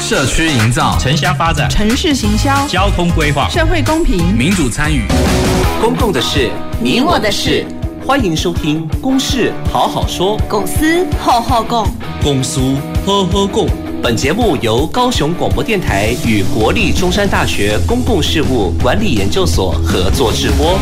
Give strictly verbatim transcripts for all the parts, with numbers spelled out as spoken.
社区营造、 城乡发展、 城市行销、 交通规划、 社会公平、 民主参与、 公共的事、 你我的事。 欢迎收听《公事好好说》， 公司好好讲， 公司呵呵共。本节目由高雄广播电台与国立中山大学公共事务管理研究所合作直播。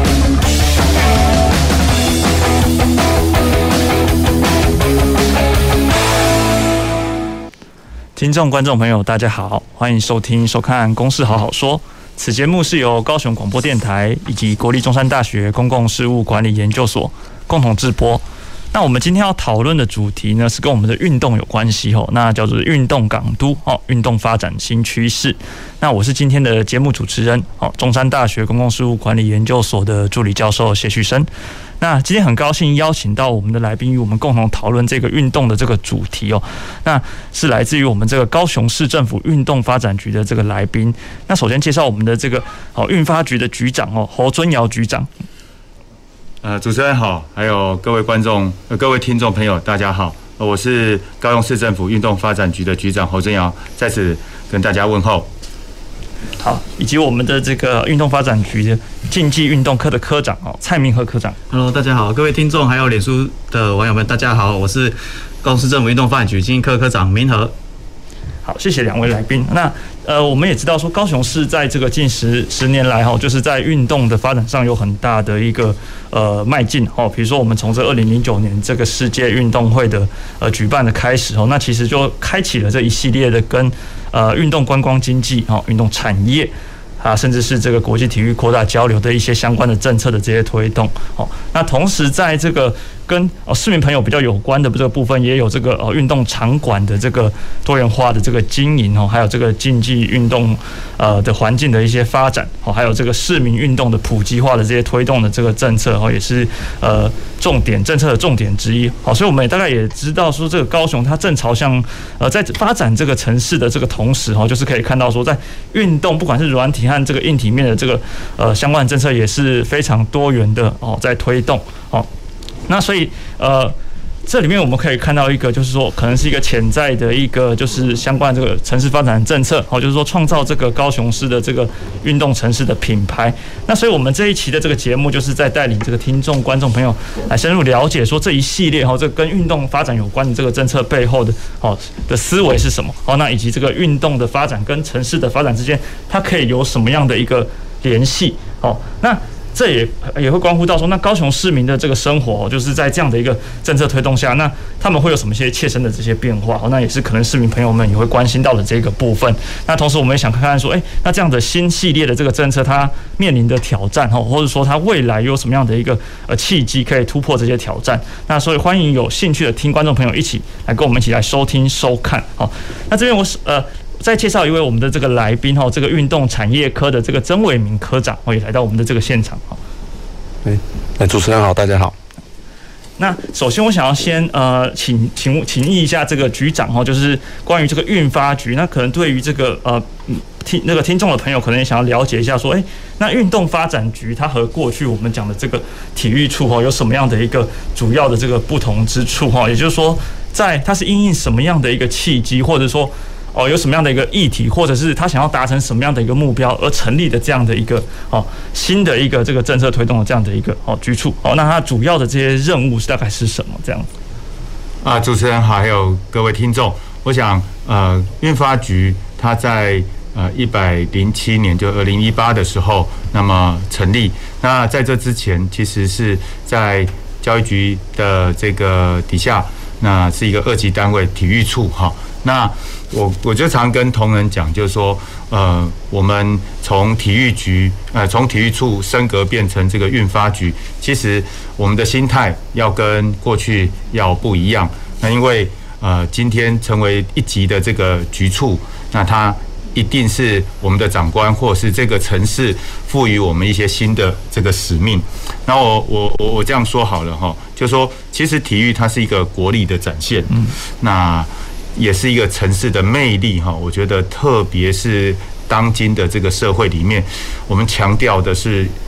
听众、观众朋友，大家好，欢迎收听、收看《公事好好说》。此节目是由高雄广播电台以及国立中山大学公共事务管理研究所共同制播。那我们今天要讨论的主题呢，是跟我们的运动有关系哦，那叫做运动港都哦，运动发展新趋势。那我是今天的节目主持人哦，中山大学公共事务管理研究所的助理教授谢旭升。那今天很高兴邀请到我们的来宾与我们共同讨论这个运动的这个主题哦。那是来自于我们这个高雄市政府运动发展局的这个来宾。那首先介绍我们的这个哦运发局的局长哦侯尊尧局长。 呃，主持人好，还有各位观众、呃、各位听众朋友，大家好，呃、我是高雄市政府运动发展局的局长侯尊尧，在此跟大家问候。 好，以及我们的这个运动发展局的竞技运动科的科长哦，蔡明和科长。 Hello， 大家好，各位听众还有脸书的网友们，大家好，我是高雄市政府运动发展局竞技科科长明和。 好，谢谢两位来宾。那呃，我们也知道说，高雄市在这个近十十年来哈，就是在运动的发展上有很大的一个呃迈进哦。比如说，我们从这二零零九年这个世界运动会的呃举办的开始哦，那其实就开启了这一系列的跟呃运动观光经济哦、运动产业啊，甚至是这个国际体育扩大交流的一些相关的政策的这些推动哦。那同时在这个跟哦市民朋友比较有关的这个部分，也有这个呃运动场馆的这个多元化的这个经营哦，还有这个竞技运动呃的环境的一些发展哦，还有这个市民运动的普及化的这些推动的这个政策哦，也是呃重点政策的重点之一。好，所以我们也大概也知道说，这个高雄它正朝向呃在发展这个城市的这个同时哦，就是可以看到说，在运动不管是软体和这个硬体面的这个呃相关的政策也是非常多元的哦，在推动哦。那所以呃，这里面我们可以看到一个，就是说可能是一个潜在的一个就是相关的这个城市发展政策，哦，就是说创造这个高雄市的这个运动城市的品牌。那所以我们这一期的这个节目，就是在带领这个听众、观众朋友来深入了解说这一系列哈，这个跟运动发展有关的这个政策背后的哦的思维是什么？哦，那以及这个运动的发展跟城市的发展之间，它可以有什么样的一个联系？哦，那。这也也会关乎到说，那高雄市民的这个生活，就是在这样的一个政策推动下，那他们会有什么些切身的这些变化？那也是可能市民朋友们也会关心到的这个部分。那同时，我们也想看看说，哎，那这样的新系列的这个政策，它面临的挑战，或者说它未来有什么样的一个呃契机可以突破这些挑战？那所以欢迎有兴趣的听观众朋友一起来跟我们一起来收听收看。好，那这边我是呃。再介绍一位我们的这个来宾哈，这个运动产业科的这个曾伟明科长哦，也来到我们的这个现场哈。 哎，主持人好，大家好。 那首先我想要先呃请请请议一下这个局长哈，就是关于这个运发局，那可能对于这个呃听那个听众的朋友，可能也想要了解一下说，哎，那运动发展局它和过去我们讲的这个体育处哈有什么样的一个主要的这个不同之处哈？也就是说，在它是因应什么样的一个契机，或者说哦，有什么样的一个议题，或者是他想要达成什么样的一个目标而成立的这样的一个哦新的一个这个政策推动的这样的一个哦局处哦，那它主要的这些任务是大概是什么这样子？ 啊，主持人好，还有各位听众，我想呃运发局它在呃一百零七年就二零一八的时候那么成立，那在这之前其实是在教育局的这个底下，那是一个二级单位体育处哈。那我我就常跟同仁讲，就是说，呃，我们从体育局，呃，从体育处升格变成这个运发局，其实我们的心态要跟过去要不一样。那因为呃，今天成为一级的这个局处，那它一定是我们的长官或是这个城市赋予我们一些新的这个使命。那我我我我这样说好了哈，就是说，其实体育它是一个国力的展现，嗯，那也是一个城市的魅力哈。我觉得特别是当今的这个社会里面，我们强调的是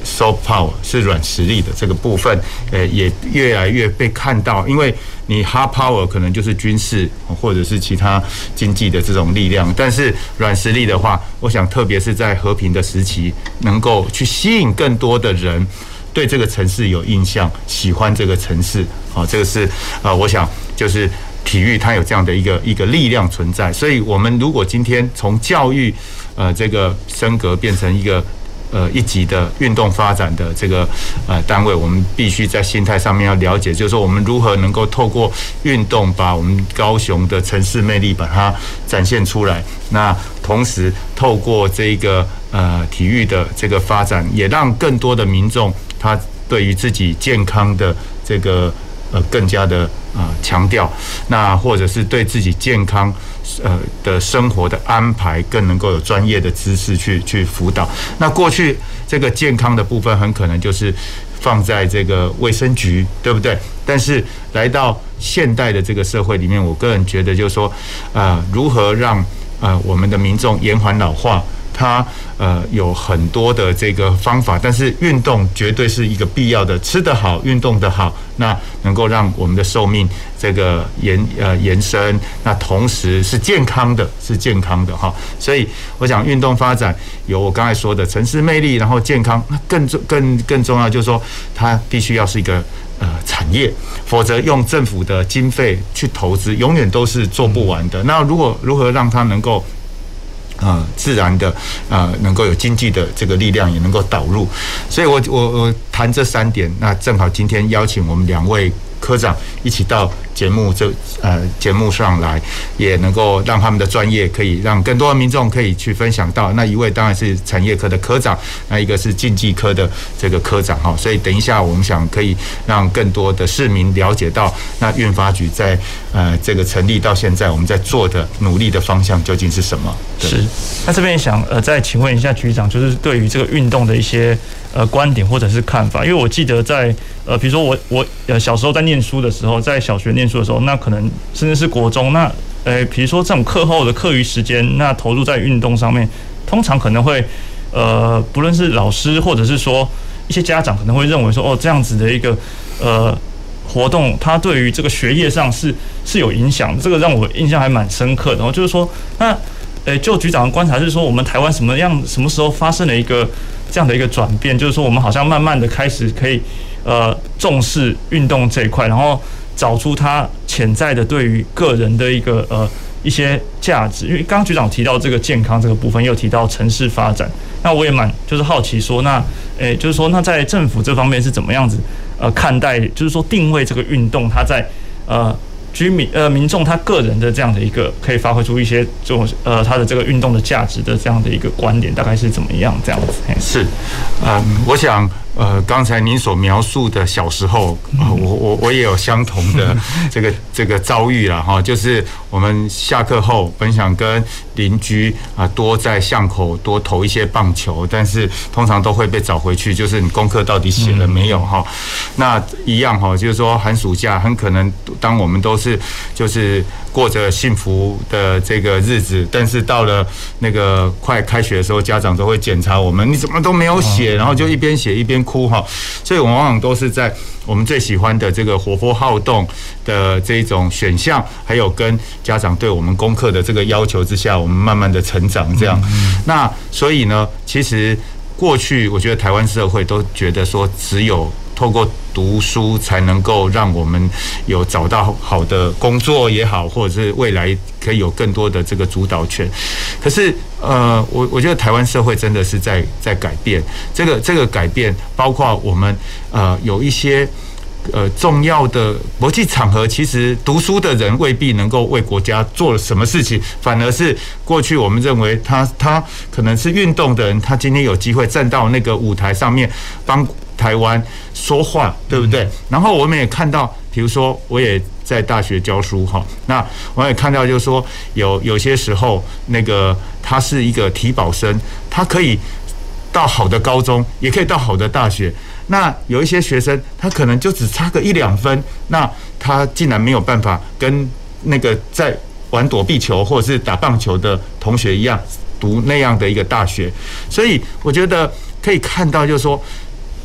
soft power 是软实力的这个部分，呃，也越来越被看到。因为你 hard power 可能就是军事或者是其他经济的这种力量，但是软实力的话，我想特别是在和平的时期，能够去吸引更多的人对这个城市有印象，喜欢这个城市。好，这个是呃，我想就是体育它有这样的一个一个力量存在。所以我们如果今天从教育呃这个升格变成一个呃，一级的运动发展的这个呃单位，我们必须在心态上面要了解，就是说我们如何能够透过运动把我们高雄的城市魅力把它展现出来。那同时透过这个呃体育的这个发展，也让更多的民众他对于自己健康的这个呃更加的啊强调，那或者是对自己健康呃的生活的安排更能够有专业的知识去去辅导。那过去这个健康的部分很可能就是放在这个卫生局，对不对？但是来到现代的这个社会里面，我个人觉得就是说，呃，如何让呃我们的民众延缓老化，它呃有很多的这个方法，但是运动绝对是一个必要的。吃得好，运动得好，那能够让我们的寿命这个延呃延伸，那同时是健康的，是健康的哈。所以我想运动发展有我刚才说的城市魅力，然后健康，那更更更重要就是说，它必须要是一个呃产业，否则用政府的经费去投资，永远都是做不完的。那如果如何让它能够呃，自然的，呃，能够有经济的这个力量，也能够导入，所以我我我谈这三点。那正好今天邀请我们两位科长一起到节目这呃节目上来，也能够让他们的专业可以让更多的民众可以去分享到。那一位当然是产业科的科长，那一个是竞技科的这个科长哈。所以等一下我们想可以让更多的市民了解到，那运发局在呃这个成立到现在，我们在做的努力的方向究竟是什么？ 是。那这边想呃再请问一下局长，就是对于这个运动的一些呃观点或者是看法，因为我记得在呃比如说我我呃小时候在念书的时候，在小学念书的时候，那可能甚至是国中，那呃比如说这种课后的课余时间，那投入在运动上面，通常可能会呃不论是老师或者是说一些家长可能会认为说，哦这样子的一个呃活动，它对于这个学业上是是有影响的，这个让我印象还蛮深刻的。然后就是说那。诶，就局长的观察是说，我们台湾什么样、什么时候发生了一个这样的一个转变？就是说，我们好像慢慢的开始可以呃重视运动这一块，然后找出它潜在的对于个人的一个呃一些价值。因为刚刚局长提到这个健康这个部分，又提到城市发展，那我也蛮就是好奇说，那诶就是说，那在政府这方面是怎么样子呃看待？就是说定位这个运动，它在呃。居民呃民众他个人的这样的一个可以发挥出一些这种呃他的这个运动的价值的这样的一个观点，大概是怎么样这样子？ 是，嗯，我想呃刚才您所描述的小时候，呃、我我我也有相同的这个这个遭遇啦哈，就是我们下课后本想跟邻居啊多在巷口多投一些棒球，但是通常都会被找回去，就是你功课到底写了没有哈？那一样哈，就是说寒暑假很可能当我们都是就是过着幸福的这个日子，但是到了那个快开学的时候，家长都会检查我们，你怎么都没有写，然后就一边写一边哭哈。所以我们往往都是在我们最喜欢的这个活泼好动的这种选项，还有跟家长对我们功课的这个要求之下，我们慢慢的成长这样。那所以呢，其实过去我觉得台湾社会都觉得说，只有透过读书才能够让我们有找到好的工作也好，或者是未来可以有更多的这个主导权。可是，呃，我我觉得台湾社会真的是在在改变。这个这个改变，包括我们呃有一些呃重要的国际场合，其实读书的人未必能够为国家做了什么事情，反而是过去我们认为他他可能是运动的人，他今天有机会站到那个舞台上面帮台湾说话，对不对？然后我们也看到，比如说我也在大学教书哈，那我也看到就是说有有些时候那个他是一个体保生，他可以到好的高中，也可以到好的大学。那有一些学生，他可能就只差个一两分，那他竟然没有办法跟那个在玩躲避球或者是打棒球的同学一样读那样的一个大学。所以我觉得可以看到，就是说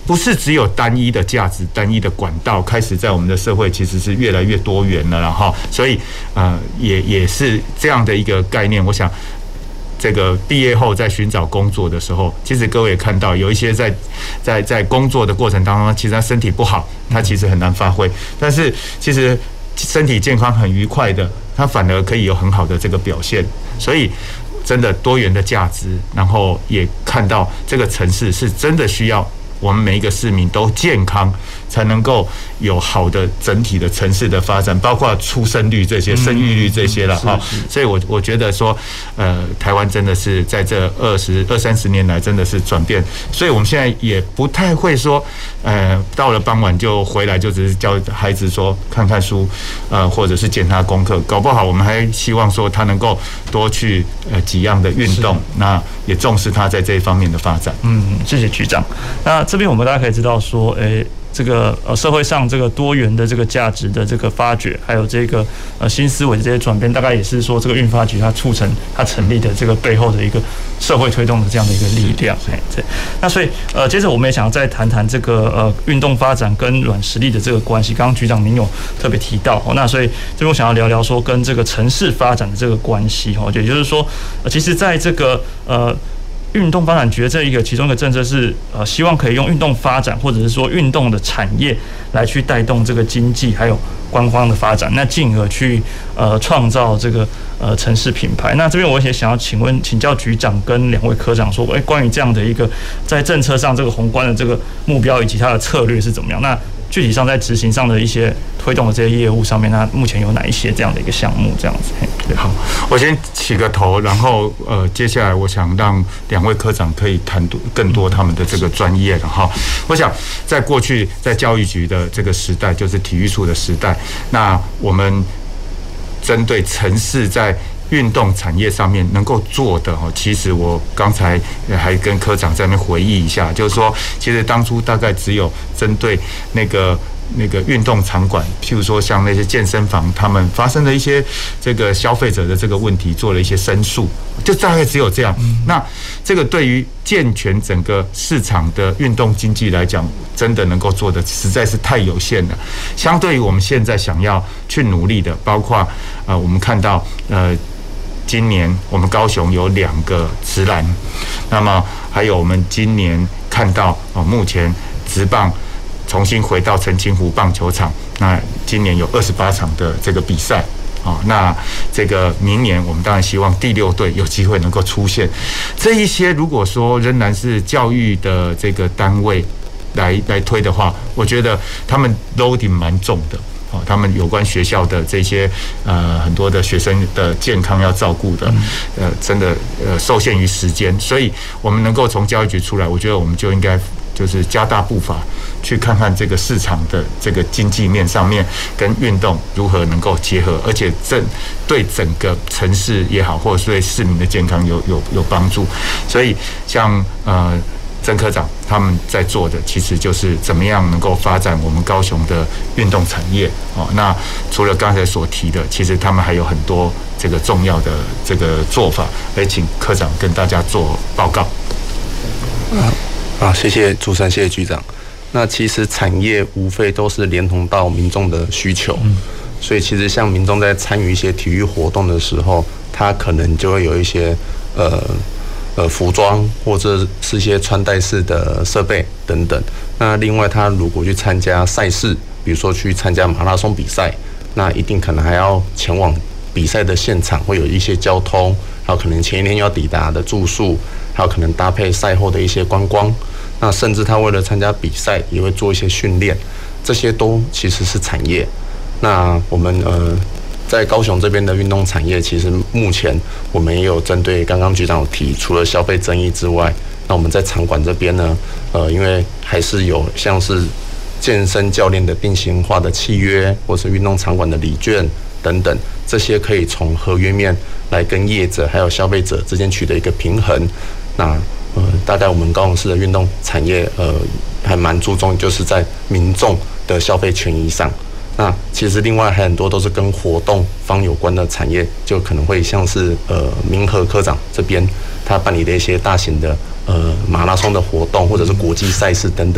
不是只有单一的价值、单一的管道，开始在我们的社会其实是越来越多元了，然后，所以呃，也也是这样的一个概念。我想，这个毕业后在寻找工作的时候，其实各位也看到，有一些在在在工作的过程当中，其实他身体不好，他其实很难发挥，但是其实身体健康很愉快的，他反而可以有很好的这个表现，所以。真的多元的价值，然后也看到这个城市是真的需要我们每一个市民都健康，才能够有好的整体的城市的发展，包括出生率这些、生育率这些了哈。所以我我觉得说，呃，台湾真的是在这二十二三十年来真的是转变，所以我们现在也不太会说，呃，到了傍晚就回来就只是教孩子说看看书，呃，或者是检查功课，搞不好我们还希望说他能够多去呃几样的运动，那也重视他在这一方面的发展。 嗯，谢谢局长。那这边我们大家可以知道说，诶、欸。这个呃社会上这个多元的这个价值的这个发掘，还有这个呃新思维的这些转变，大概也是说这个运发局它促成它成立的这个背后的一个社会推动的这样的一个力量。哎，对。那所以呃，接着我们也想要再谈谈这个呃运动发展跟软实力的这个关系。刚刚局长您有特别提到，那所以这边我想要聊聊说跟这个城市发展的这个关系哈，也就是说，呃，其实在这个呃。运动发展局的这一个其中一个政策是，呃，希望可以用运动发展，或者是说运动的产业来去带动这个经济还有观光的发展，那进而去呃创造这个呃城市品牌。那这边我也想要请问请教局长跟两位科长说，哎，关于这样的一个在政策上这个宏观的这个目标以及它的策略是怎么样？那具体上在执行上的一些推动的这些业务上面，那目前有哪一些这样的一个项目？这样子。 好，我先起个头，然后呃，接下来我想让两位科长可以谈多更多他们的这个专业了哈。我想在过去在教育局的这个时代，就是体育处的时代，那我们针对城市在运动产业上面能够做的哦，其实我刚才还跟科长在那边回忆一下，就是说，其实当初大概只有针对那个那个运动场馆，譬如说像那些健身房，他们发生的一些这个消费者的这个问题，做了一些申诉，就大概只有这样。那这个对于健全整个市场的运动经济来讲，真的能够做的实在是太有限了。相对于我们现在想要去努力的，包括呃，我们看到呃。今年我们高雄有两个职篮，那么还有我们今年看到哦，目前职棒重新回到澄清湖棒球场，那今年有二十八场的这个比赛。哦，那这个明年我们当然希望第六队有机会能够出现。这一些如果说仍然是教育的这个单位来来推的话，我觉得他们 loading 蛮重的。哦，他们有关学校的这些呃很多的学生的健康要照顾的，呃，真的呃受限于时间，所以我们能够从教育局出来，我觉得我们就应该就是加大步伐，去看看这个市场的这个经济面上面跟运动如何能够结合，而且正对整个城市也好，或者是对市民的健康有有有帮助。所以像呃。曾科长他们在做的，其实就是怎么样能够发展我们高雄的运动产业哦。那除了刚才所提的，其实他们还有很多这个重要的这个做法，来请科长跟大家做报告。 啊啊，谢谢主持人，谢谢局长。那其实产业无非都是连同到民众的需求，嗯、所以其实像民众在参与一些体育活动的时候，他可能就会有一些呃。呃，服装或者是一些穿戴式的设备等等。那另外，他如果去参加赛事，比如说去参加马拉松比赛，那一定可能还要前往比赛的现场，会有一些交通，还有可能前一天要抵达的住宿，还有可能搭配赛后的一些观光。那甚至他为了参加比赛，也会做一些训练，这些都其实是产业。那我们呃。在高雄这边的运动产业，其实目前我们也有针对刚刚局长有提，除了消费争议之外，那我们在场馆这边呢，呃，因为还是有像是健身教练的定型化的契约，或是运动场馆的礼券等等，这些可以从合约面来跟业者还有消费者之间取得一个平衡。那呃，大概我们高雄市的运动产业，呃，还蛮注重就是在民众的消费权益上。那其实另外还很多都是跟活动方有关的产业，就可能会像是呃明和科长这边他办理的一些大型的呃马拉松的活动，或者是国际赛事等等，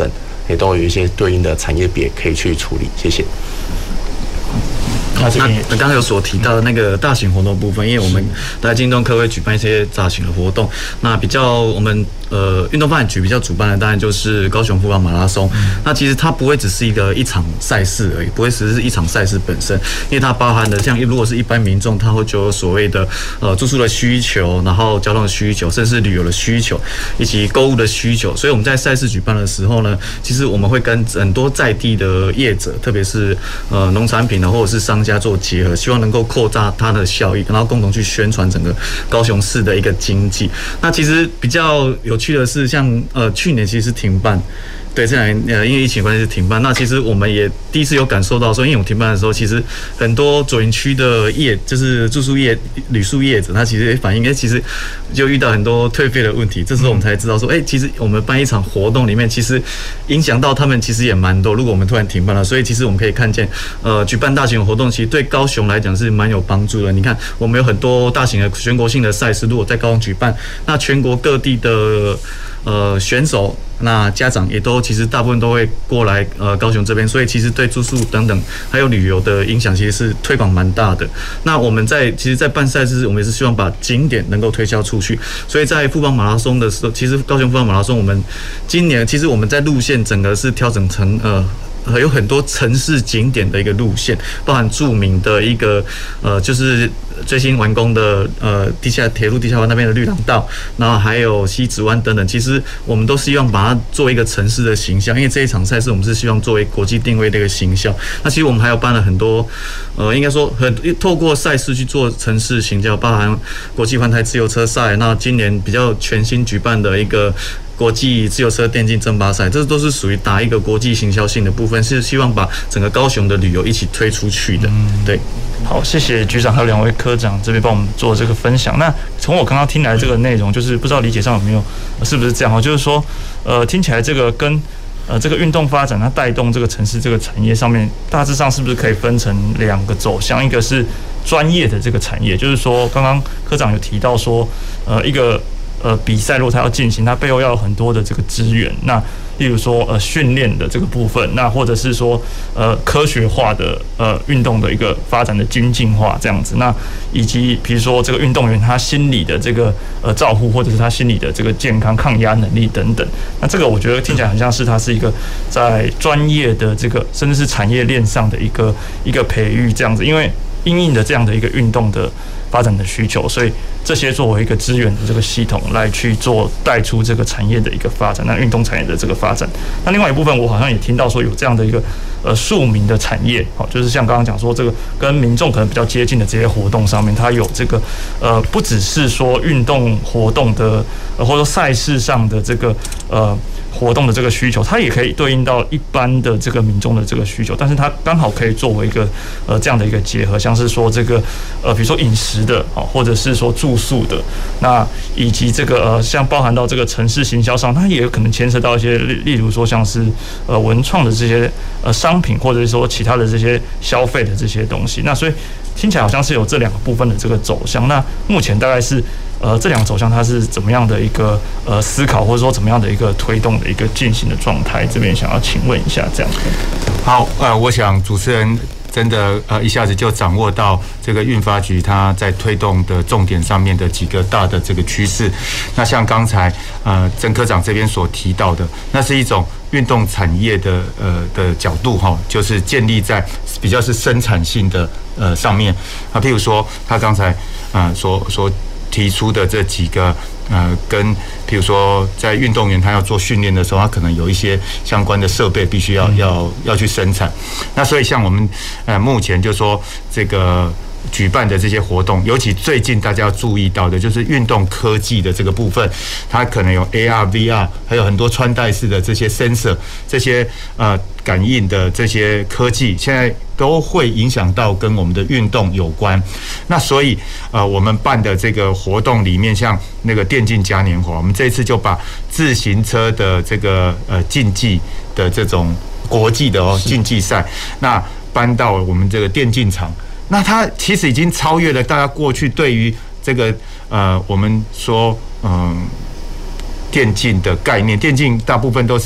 也都有一些对应的产业别可以去处理。谢谢。 那那刚刚有所提到的那个大型活动部分，因为我们在金动科会举办一些大型的活动，那比较我们呃运动发展局比较主办的当然就是高雄富邦马拉松。那其实它不会只是一个一场赛事而已，不会只是一场赛事本身，因为它包含的像如果是一般民众，他会就有所谓的呃住宿的需求，然后交通的需求，甚至旅游的需求，以及购物的需求。所以我们在赛事举办的时候呢，其实我们会跟很多在地的业者，特别是呃农产品的或者是商家做结合，希望能够扩大它的效益，然后共同去宣传整个高雄市的一个经济。那其实比较有趣的是，像呃去年其实是停办。对，这两年呃因为疫情关系是停办。那其实我们也第一次有感受到说，因为我们停办的时候，其实很多左营区的业，就是住宿业、旅宿业者，他其实也反映，哎，其实就遇到很多退费的问题。这时候我们才知道说，哎，其实我们办一场活动里面，其实影响到他们其实也蛮多。如果我们突然停办了，所以其实我们可以看见，呃，举办大型的活动，其实对高雄来讲是蛮有帮助的。你看，我们有很多大型的全国性的赛事，如果在高雄举办，那全国各地的呃选手。那家长也都其实大部分都会过来呃高雄这边，所以其实对住宿等等还有旅游的影响其实是推广蛮大的。那我们在其实，在办赛事，我们也是希望把景点能够推销出去。所以在富邦马拉松的时候，其实高雄富邦马拉松，我们今年其实我们在路线整个是调整成呃。有很多城市景点的一个路线，包含著名的一个呃，就是最新完工的呃地下铁路地下湾那边的绿廊道，然后还有西子湾等等。其实我们都希望把它做一个城市的形象，因为这一场赛事我们是希望作为国际定位的一个形象。那其实我们还有办了很多呃，应该说很透过赛事去做城市形象，包含国际环台自由车赛，那今年比较全新举办的一个。国际自由车电竞争霸赛，这都是属于打一个国际行销性的部分，是希望把整个高雄的旅游一起推出去的。对， 好，谢谢局长还有两位科长这边帮我们做这个分享。那从我刚刚听来这个内容，就是不知道理解上有没有是不是这样哈？就是说，呃，听起来这个跟呃这个运动发展它带动这个城市这个产业上面，大致上是不是可以分成两个走向？一个是专业的这个产业，就是说刚刚科长有提到说，呃，一个。呃，比赛如果它要进行，它背后要有很多的这个资源。那例如说，呃，训练的这个部分，那或者是说，呃，科学化的呃运动的一个发展的精进化这样子。那以及比如说这个运动员他心理的这个呃照护，或者是他心理的这个健康抗压能力等等。那这个我觉得听起来很像是它是一个在专业的这个甚至是产业链上的一个一个培育这样子，因为因应的这样的一个运动的发展的需求，所以这些作为一个资源的这个系统来去做带出这个产业的一个发展，那运动产业的这个发展。那另外一部分，我好像也听到说有这样的一个呃庶民的产业，好，就是像刚刚讲说这个跟民众可能比较接近的这些活动上面，它有这个呃不只是说运动活动的呃或者说赛事上的这个呃。活动的这个需求，它也可以对应到一般的这个民众的这个需求，但是它刚好可以作为一个呃这样的一个结合，像是说这个呃比如说饮食的啊，或者是说住宿的，那以及这个呃像包含到这个城市行销上，它也有可能牵涉到一些例例如说像是呃文创的这些呃商品，或者是说其他的这些消费的这些东西。那所以听起来好像是有这两个部分的这个走向。那目前大概是。呃，这两个走向它是怎么样的一个呃思考，或者说怎么样的一个推动的一个进行的状态？这边想要请问一下，这样子。 好，呃，我想主持人真的呃一下子就掌握到这个运发局它在推动的重点上面的几个大的这个趋势。那像刚才呃曾科长这边所提到的，那是一种运动产业的呃的角度哈，就是建立在比较是生产性的呃上面。啊，譬如说他刚才啊、呃、所所提出的这几个呃，跟比如说在运动员他要做训练的时候，他可能有一些相关的设备必须要要要去生产。那所以像我们呃目前就说这个举办的这些活动，尤其最近大家要注意到的就是运动科技的这个部分，它可能有 A R、V R， 还有很多穿戴式的这些 sensor， 这些呃感应的这些科技，现在都会影响到跟我们的运动有关。那所以呃我们办的这个活动里面，像那个电竞嘉年华，我们这一次就把自行车的这个呃竞技的这种国际的哦竞技赛，那搬到我们这个电竞场。那它其实已经超越了大家过去对于这个呃我们说嗯、呃、电竞的概念，电竞大部分都是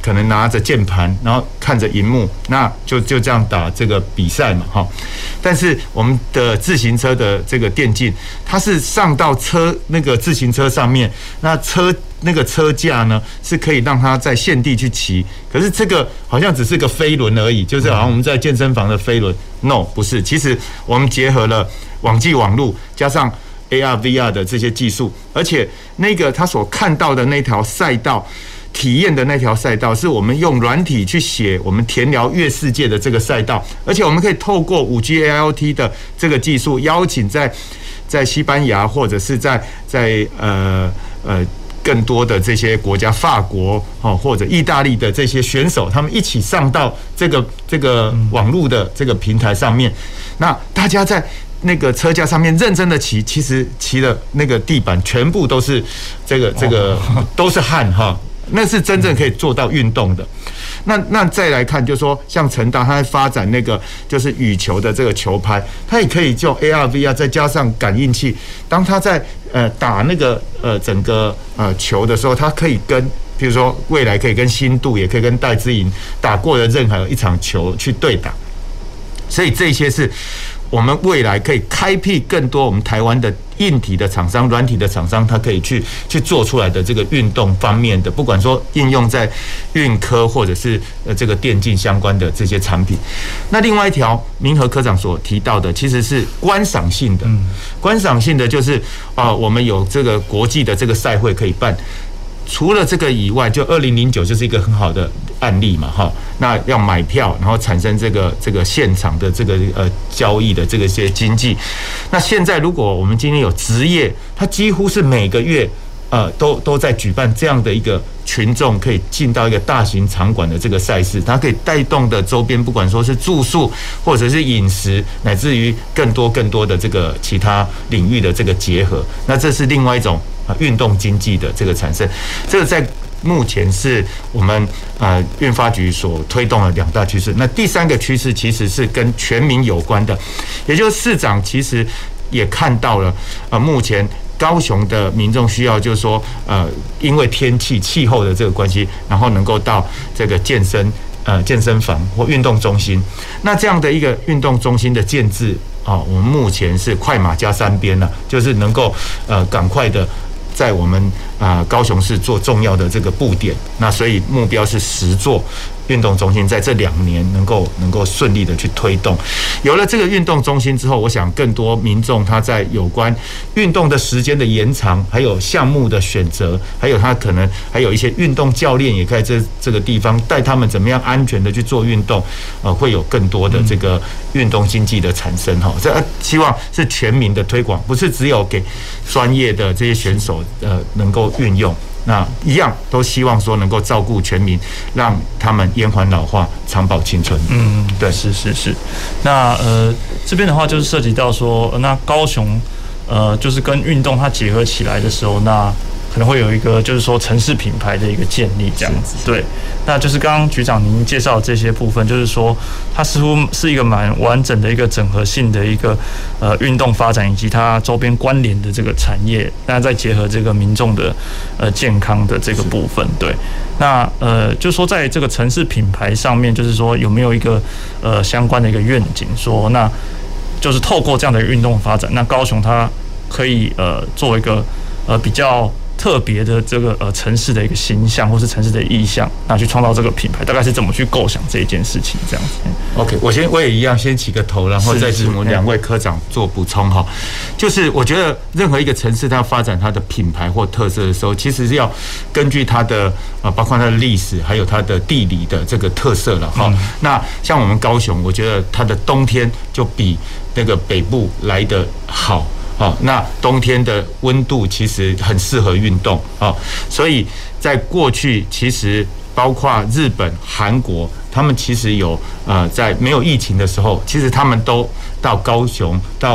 可能拿着键盘，然后看着荧幕，那就就这样打这个比赛嘛，哈。但是我们的自行车的这个电竞，它是上到车那个自行车上面，那车那个车架呢是可以让它在现地去骑，可是这个好像只是个飞轮而已，就是好像我们在健身房的飞轮。No， 不是，其实我们结合了网际网路加上 A R、V R 的这些技术，而且那个他所看到的那条赛道。体验的那条赛道是我们用软体去写我们田寮月世界的这个赛道，而且我们可以透过 五 G A I O T 的这个技术，邀请在在西班牙或者是在在呃呃更多的这些国家，法国哦或者意大利的这些选手，他们一起上到这个这个网络的这个平台上面，那大家在那个车架上面认真的骑，其实骑的那个地板全部都是这个这个都是汗哈。那是真正可以做到运动的。那那再来看，就是说像成大，它在发展那个就是羽球的这个球拍，它也可以就 A R V R 再加上感应器，当它在呃打那个呃整个呃球的时候，它可以跟，比如说未来可以跟新度，也可以跟戴资颖打过的任何一场球去对打。所以这些是我们未来可以开辟更多我们台湾的硬体的厂商、软体的厂商，它可以去去做出来的这个运动方面的，不管说应用在运科或者是呃这个电竞相关的这些产品。那另外一条，明和科长所提到的，其实是观赏性的。观赏性的就是啊、呃，我们有这个国际的这个赛会可以办。除了这个以外，就二零零九就是一个很好的案例嘛，哈。那要买票，然后产生这个这个现场的这个呃交易的这个些经济。那现在如果我们今天有职业，它几乎是每个月呃都都在举办这样的一个群众可以进到一个大型场馆的这个赛事，它可以带动的周边，不管说是住宿或者是饮食，乃至于更多更多的这个其他领域的这个结合。那这是另外一种运动经济的这个产生，这个在目前是我们呃运发局所推动的两大趋势。那第三个趋势其实是跟全民有关的，也就是市长其实也看到了，呃，目前高雄的民众需要，就是说，呃，因为天气气候的这个关系，然后能够到这个健身呃健身房或运动中心。那这样的一个运动中心的建制啊、哦，我们目前是快马加三鞭了，就是能够呃赶快的。在我们啊、呃、高雄市做重要的这个布点，那所以目标是十座运动中心，在这两年能够能够顺利的去推动。有了这个运动中心之后，我想更多民众他在有关运动的时间的延长，还有项目的选择，还有他可能还有一些运动教练也可以在这这个地方带他们怎么样安全的去做运动，呃，会有更多的这个运动经济的产生哈。这希望是全民的推广，不是只有给专业的这些选手呃能够运用。那一样都希望说能够照顾全民，让他们延缓老化，长保青春。 嗯，对，是是是。那呃这边的话就是涉及到说，那高雄呃就是跟运动它结合起来的时候，那可能会有一个就是说城市品牌的一个建立这样子。对，那就是刚刚局长您介绍的这些部分，就是说它似乎是一个蛮完整的一个整合性的一个呃运动发展以及它周边关联的这个产业，那再结合这个民众的呃健康的这个部分。对，那呃就是说在这个城市品牌上面，就是说有没有一个呃相关的一个愿景，说那就是透过这样的运动发展，那高雄它可以呃作为一个呃比较特别的这个呃城市的一个形象，或是城市的意象，那去创造这个品牌，大概是怎么去构想这一件事情？这样子。 OK， 我先我也一样，先起个头，然后再请我们两位科长做补充哈。就是我觉得任何一个城市它发展它的品牌或特色的时候，其实是要根据它的呃，包括它的历史，还有它的地理的这个特色了哈。那像我们高雄，我觉得它的冬天就比那个北部来得好。哦，那冬天的温度其实很适合运动哦，所以在过去其实包括日本、韩国，他们其实有呃在没有疫情的时候，其实他们都到高雄到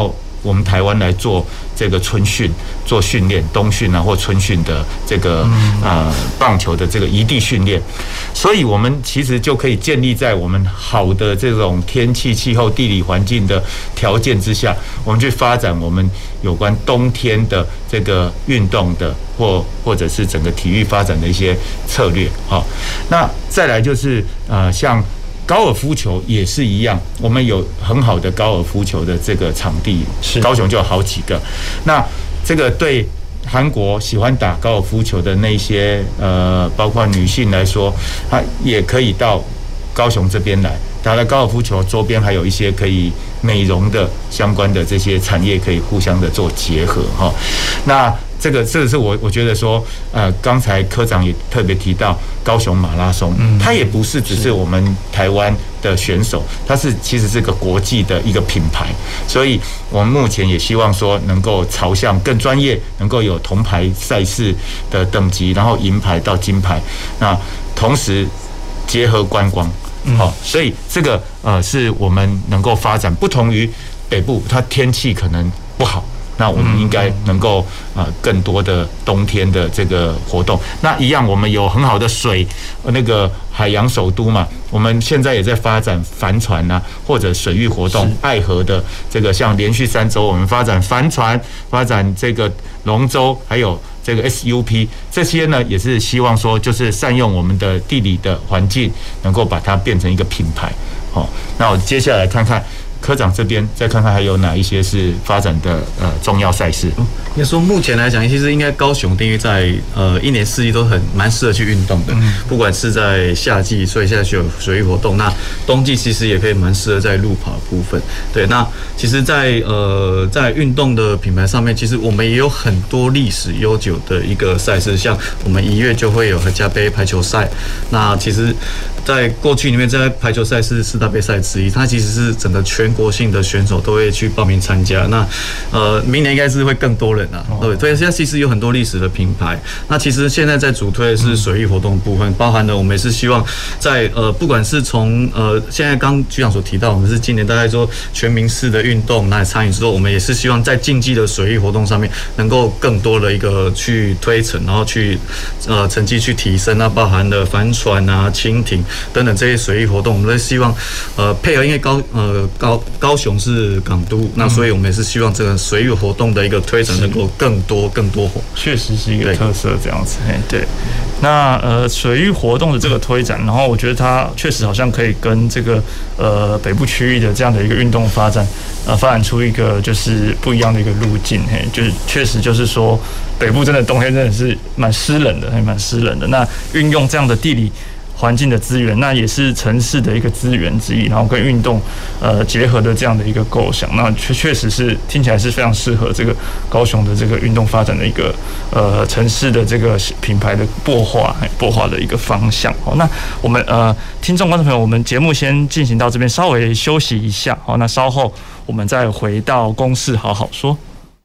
我们台湾来做这个春训、做训练、冬训啊或春训的这个呃棒球的这个移地训练，所以我们其实就可以建立在我们好的这种天气、气候、地理环境的条件之下，我们去发展我们有关冬天的这个运动的或或者是整个体育发展的一些策略。好，那再来就是呃像高尔夫球也是一样，我们有很好的高尔夫球的这个场地，高雄就有好几个。那这个对韩国喜欢打高尔夫球的那些呃，包括女性来说，她也可以到高雄这边来。打了高尔夫球周边还有一些可以美容的相关的这些产业可以互相的做结合哈。那这个这个是我我觉得说，呃，刚才科长也特别提到高雄马拉松，它也不是只是我们台湾的选手，它是其实是个国际的一个品牌，所以我们目前也希望说能够朝向更专业，能够有铜牌赛事的等级，然后银牌到金牌，那同时结合观光。好，所以这个呃是我们能够发展，不同于北部，它天气可能不好，那我们应该能够呃更多的冬天的这个活动。那一样，我们有很好的水，那个海洋首都嘛，我们现在也在发展帆船啊，或者水域活动。爱河的这个像连续三周，我们发展帆船，发展这个龙舟，还有这个 S U P 这些呢，也是希望说，就是善用我们的地理的环境，能够把它变成一个品牌。好，那我接下来看看科长这边，再看看还有哪一些是发展的呃重要赛事。 应该说目前来讲，其实应该高雄定义在呃一年四季都很蛮适合去运动的，不管是在夏季，所以现在有水域活动，那冬季其实也可以蛮适合在路跑部分。对，那其实在，在呃在运动的品牌上面，其实我们也有很多历史悠久的一个赛事，像我们一月就会有和家杯排球赛，那其实在过去里面，在排球赛是四大杯赛之一，它其实是整个全国性的选手都会去报名参加。那呃，明年应该是会更多人啊。对，所以现在其实有很多历史的品牌。那其实现在在主推的是水域活动部分，包含了我们也是希望在呃，不管是从呃，现在刚局长所提到，我们是今年大概说全民式的运动来参与之后，我们也是希望在竞技的水域活动上面能够更多的一个去推陈，然后去呃成绩去提升。那包含了帆船啊、蜻蜓等等这些水域活动，我们都希望呃配合，因为高呃高高雄是港都，那所以我们也是希望这个水域活动的一个推陈能够更多更多， 确实是一个特色这样子。哎，对。那呃水域活动的这个推展，然后我觉得它确实好像可以跟这个呃北部区域的这样的一个运动发展，呃发展出一个就是不一样的一个路径。嘿，就是确实就是说北部真的冬天真的是蛮湿冷的，还蛮湿冷的。那运用这样的地理环境的资源，那也是城市的一个资源之一，然后跟运动呃结合的这样的一个构想，那确确实是听起来是非常适合这个高雄的这个运动发展的一个呃城市的这个品牌的擘画擘画的一个方向。好，那我们呃听众观众朋友，我们节目先进行到这边，稍微休息一下。好，那稍后我们再回到公事好好说。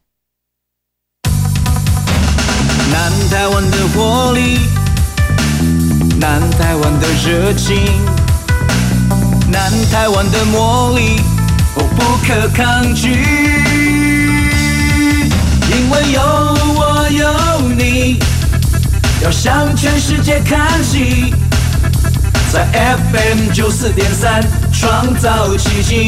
南台湾的活力，南台湾的热情，南台湾的魔力，我不可抗拒。因为有我有你，要向全世界看齐，在 F M 九四点三创造奇迹。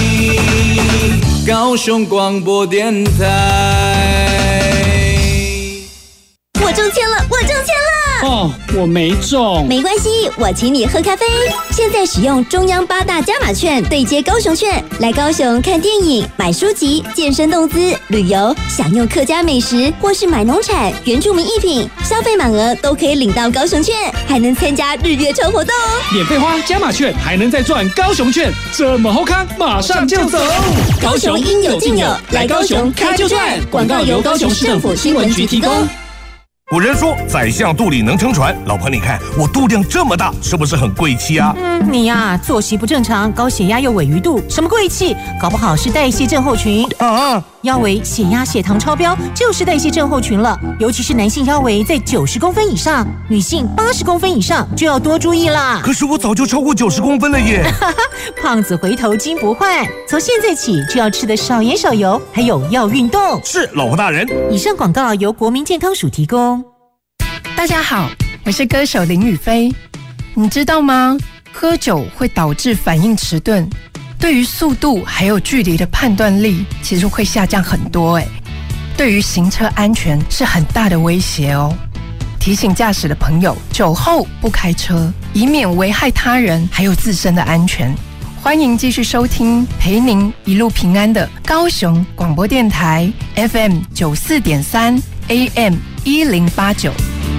高雄广播电台。 我中签了，我中签了！ 哦，我没中， 没关系，我请你喝咖啡。现在使用中央八大加码券对接高雄券，来高雄看电影、买书籍、健身动资、旅游，享用客家美食，或是买农产、原住民艺品，消费满额都可以领到高雄券，还能参加日月抽活动哦！ 免费花加码券，还能再赚高雄券，这么好康，马上就走！ 高雄应有尽有，来高雄开就赚！广告由高雄市政府新闻局提供。 古人说宰相肚里能撑船，老婆你看我肚量这么大，是不是很贵气啊？ 嗯，你呀、啊、作息不正常，高血压又尾鱼肚，什么贵气？搞不好是代谢症候群啊！ 腰围、血压、血糖超标就是代谢症候群了，尤其是男性腰围在九十公分以上，女性八十公分以上就要多注意啦。 可是我早就超过九十公分了耶！ 胖子回头金不换，从现在起就要吃得少盐少油，还有要运动。 是，老婆大人。 以上广告由国民健康署提供。 大家好，我是歌手林雨霏。你知道吗？喝酒会导致反应迟钝。对于速度还有距离的判断力，其实会下降很多诶，对于行车安全是很大的威胁哦。提醒驾驶的朋友，酒后不开车，以免危害他人还有自身的安全。欢迎继续收听陪您一路平安的高雄广播电台 F M 九四点三 A M 一零八九。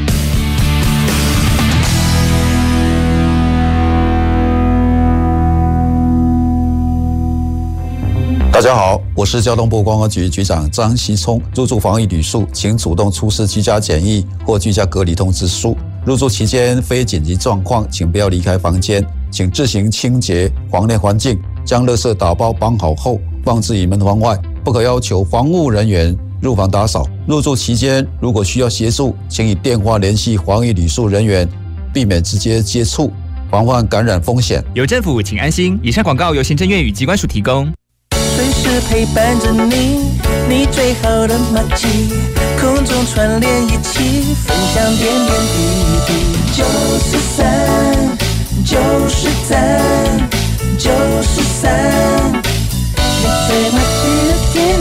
大家好，我是交通部观光局局长张锡聪。入住防疫旅宿，请主动出示居家检疫或居家隔离通知书。入住期间非紧急状况，请不要离开房间，请自行清洁房内环境，将垃圾打包绑好后放置于门房外，不可要求防务人员入房打扫。入住期间如果需要协助，请以电话联系防疫旅宿人员，避免直接接触，防范感染风险。 有政府，请安心。以上广告由行政院与机关署提供。 随时陪伴着你，你最好的默契，空中串联一起，分享点点滴滴。九十三，九十三，九十三，你最默契的电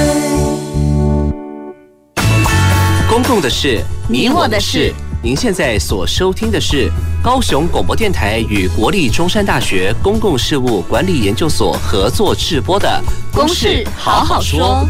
台。 公共的事，你我的事。您现在所收听的是高雄广播电台与国立中山大学公共事务管理研究所合作制播的《公事好好说》。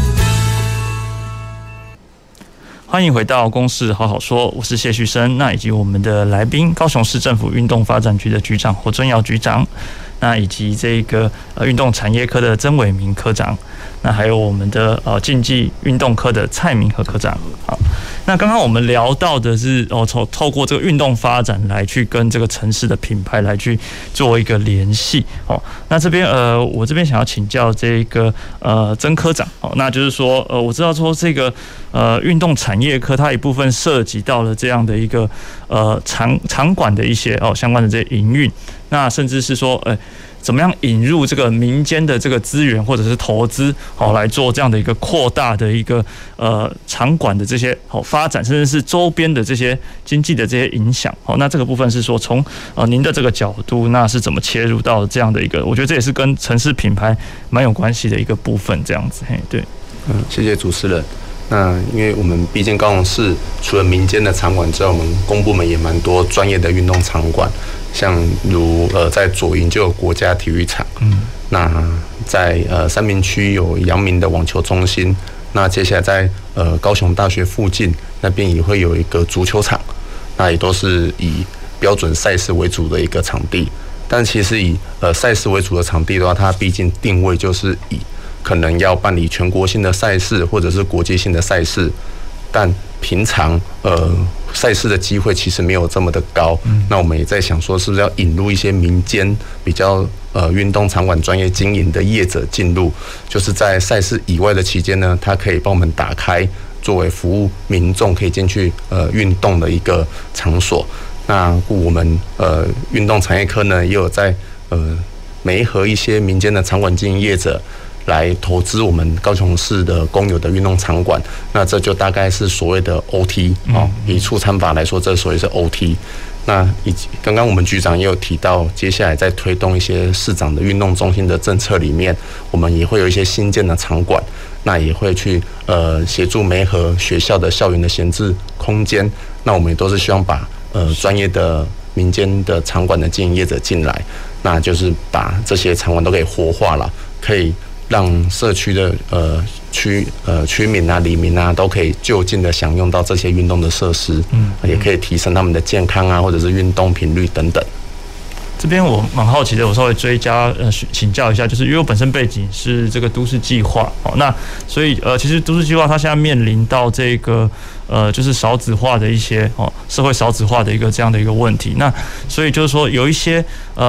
欢迎回到《公事好好说》，我是谢旭升，那以及我们的来宾高雄市政府运动发展局的局长侯尊尧局长，那以及这个呃运动产业科的曾伟明科长，那还有我们的呃竞技运动科的蔡明和科长。好，那刚刚我们聊到的是哦，透透过这个运动发展来去跟这个城市的品牌来去做一个联系哦。那这边呃，我这边想要请教这个呃曾科长哦，那就是说呃，我知道说这个呃运动产业科它一部分涉及到了这样的一个呃场场馆的一些哦相关的这些营运，那甚至是说呃。怎么样引入这个民间的这个资源或者是投资，好来做这样的一个扩大的一个呃场馆的这些好发展，甚至是周边的这些经济的这些影响。好，那这个部分是说从呃您的这个角度，那是怎么切入到这样的一个？我觉得这也是跟城市品牌蛮有关系的一个部分，这样子。嘿，对， 嗯，谢谢主持人。那因为我们毕竟高雄市除了民间的场馆之外，我们公部门也蛮多专业的运动场馆，像如呃在左营就有国家体育场，嗯，那在呃三民区有阳明的网球中心，那接下来在呃高雄大学附近那边也会有一个足球场，那也都是以标准赛事为主的一个场地。但其实以呃赛事为主的场地的话，它毕竟定位就是以可能要办理全国性的赛事或者是国际性的赛事，但平常呃赛事的机会其实没有这么的高。嗯、那我们也在想说，是不是要引入一些民间比较呃运动场馆专业经营的业者进入，就是在赛事以外的期间呢，他可以帮我们打开作为服务民众可以进去呃运动的一个场所。那故我们呃运动产业科呢，也有在呃媒合一些民间的场馆经营业者，来投资我们高雄市的公有的运动场馆，那这就大概是所谓的 O T 哦，以促参法来说，这所谓是 O T。那以及刚刚我们局长也有提到，接下来在推动一些市长的运动中心的政策里面，我们也会有一些新建的场馆，那也会去呃协助媒合学校的校园的闲置空间。那我们也都是希望把呃专业的民间的场馆的经营业者进来，那就是把这些场馆都可以活化了，可以让社区的呃区呃居民啊、里民啊都可以就近的享用到这些运动的设施，嗯，也可以提升他们的健康啊，或者是运动频率等等。 这边我蛮好奇的，我稍微追加呃请教一下，就是因为我本身背景是这个都市计划，哦，那所以呃其实都市计划它现在面临到这个呃就是少子化的一些哦社会少子化的一个这样的一个问题，那所以就是说有一些呃。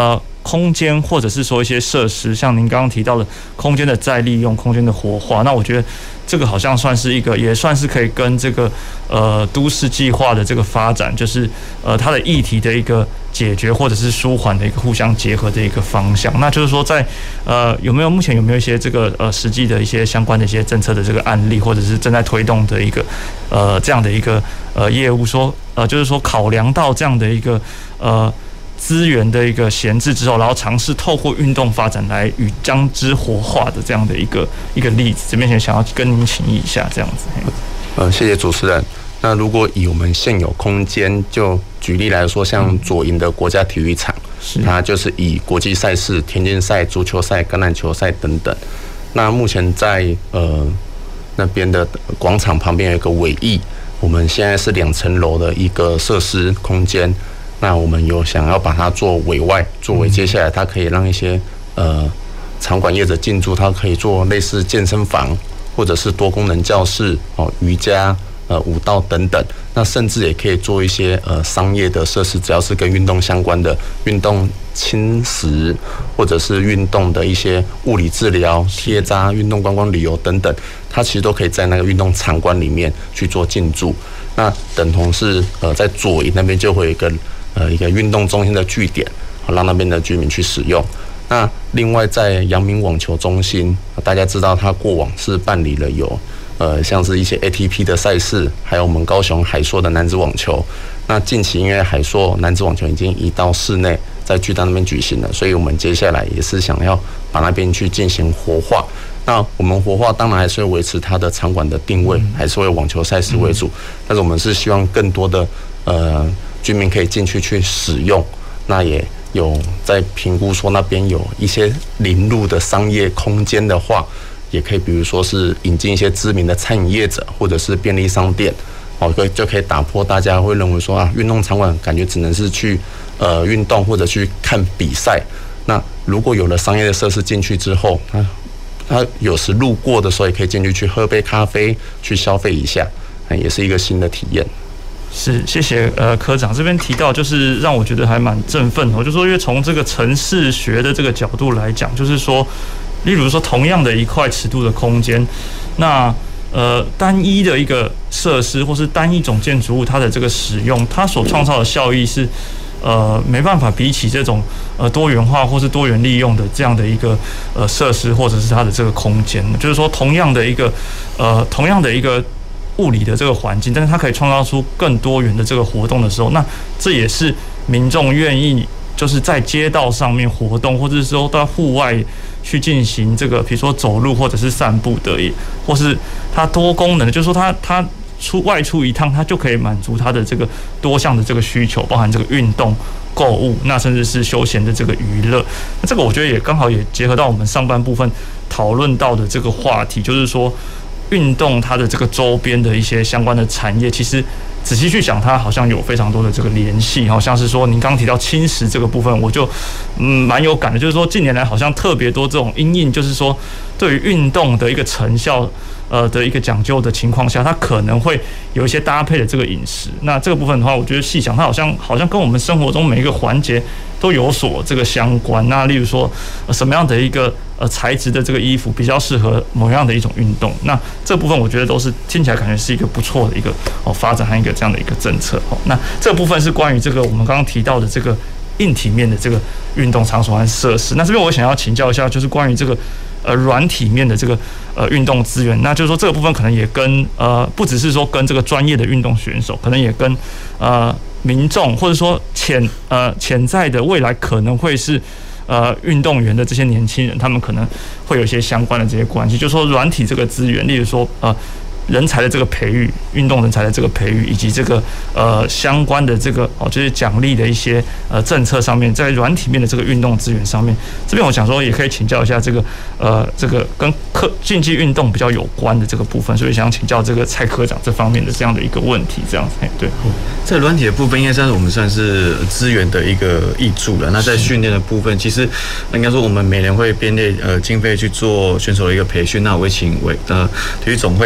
空间或者是说一些设施，像您刚刚提到的空间的再利用、空间的活化，那我觉得这个好像算是一个，也算是可以跟这个呃都市计划的这个发展，就是呃它的议题的一个解决或者是舒缓的一个互相结合的一个方向。那就是说在，呃有没有目前有没有一些这个呃实际的一些相关的一些政策的这个案例，或者是正在推动的一个呃这样的一个呃业务，说呃就是说考量到这样的一个呃。资源的一个闲置之后，然后尝试透过运动发展来与将之活化的这样的一个一个例子，这边想要跟您请益一下，这样子。 呃，谢谢主持人。那如果以我们现有空间，就举例来说，像左营的国家体育场，它就是以国际赛事、田径赛、足球赛、橄榄球赛等等。那目前在呃那边的广场旁边有一个伟艺，我们现在是两层楼的一个设施空间。那我们有想要把它做委外，作为接下来它可以让一些呃场馆业者进驻，它可以做类似健身房或者是多功能教室哦，瑜伽、呃舞蹈等等。那甚至也可以做一些呃商业的设施，只要是跟运动相关的运动轻食，或者是运动的一些物理治疗、贴扎、运动观光旅游等等，它其实都可以在那个运动场馆里面去做进驻。那等同是呃在左营那边就会有一个。呃，一个运动中心的据点，让那边的居民去使用。那另外在阳明网球中心，大家知道它过往是办理了有呃像是一些 A T P 的赛事，还有我们高雄海硕的男子网球。那近期因为海硕男子网球已经移到室内，在巨蛋那边举行了，所以我们接下来也是想要把那边去进行活化。那我们活化当然还是会维持它的场馆的定位，还是会网球赛事为主，但是我们是希望更多的呃。居民可以进去去使用，那也有在评估说那边有一些邻路的商业空间的话，也可以比如说是引进一些知名的餐饮业者或者是便利商店，哦，就可以打破大家会认为说啊，运动场馆感觉只能是去呃运动或者去看比赛。那如果有了商业的设施进去之后，他他有时路过的时候也可以进去去喝杯咖啡，去消费一下，也是一个新的体验。 是，谢谢呃科长这边提到，就是让我觉得还蛮振奋的。就说因为从这个城市学的这个角度来讲，就是说，例如说同样的一块尺度的空间，那呃单一的一个设施或是单一种建筑物，它的这个使用，它所创造的效益是呃没办法比起这种呃多元化或是多元利用的这样的一个呃设施或者是它的这个空间。就是说同样的一个呃同样的一个。物理的这个环境，但是它可以创造出更多元的这个活动的时候，那这也是民众愿意就是在街道上面活动，或者是说到户外去进行这个，比如说走路或者是散步的，或是它多功能的，就是说它它出外出一趟，它就可以满足它的这个多项的这个需求，包含这个运动、购物，那甚至是休闲的这个娱乐。那这个我觉得也刚好也结合到我们上半部分讨论到的这个话题，就是说。运动它的这个周边的一些相关的产业，其实仔细去想，它好像有非常多的这个联系，好像是说您刚刚提到轻食这个部分，我就嗯蛮有感的，就是说近年来好像特别多这种因应，就是说对于运动的一个成效呃的一个讲究的情况下，它可能会有一些搭配的这个饮食。那这个部分的话，我觉得细想，它好像好像跟我们生活中每一个环节都有所这个相关。那例如说，呃、什么样的一个呃材质的这个衣服比较适合某样的一种运动？那这部分我觉得都是听起来感觉是一个不错的一个哦发展和一个这样的一个政策。哦，那这部分是关于这个我们刚刚提到的这个硬体面的这个运动场所和设施。那这边我想要请教一下，就是关于这个呃软体面的这个呃运动资源。那就是说这个部分可能也跟呃不只是说跟这个专业的运动选手，可能也跟呃民众或者说潜呃潜在的未来可能会是呃运动员的这些年轻人，他们可能会有一些相关的这些关系。就是说软体这个资源，例如说呃。人才的这个培育，运动人才的这个培育，以及这个呃相关的这个哦，就是奖励的一些呃政策上面，在软体面的这个运动资源上面，这边我想说也可以请教一下这个呃这个跟科竞技运动比较有关的这个部分，所以想请教这个蔡科长这方面的这样的一个问题，这样子。对， 在软体的部分，应该算是我们算是资源的一个挹注了。那在训练的部分，其实应该说我们每年会编列呃经费去做选手的一个培训。那我会请委呃体育总会跟大家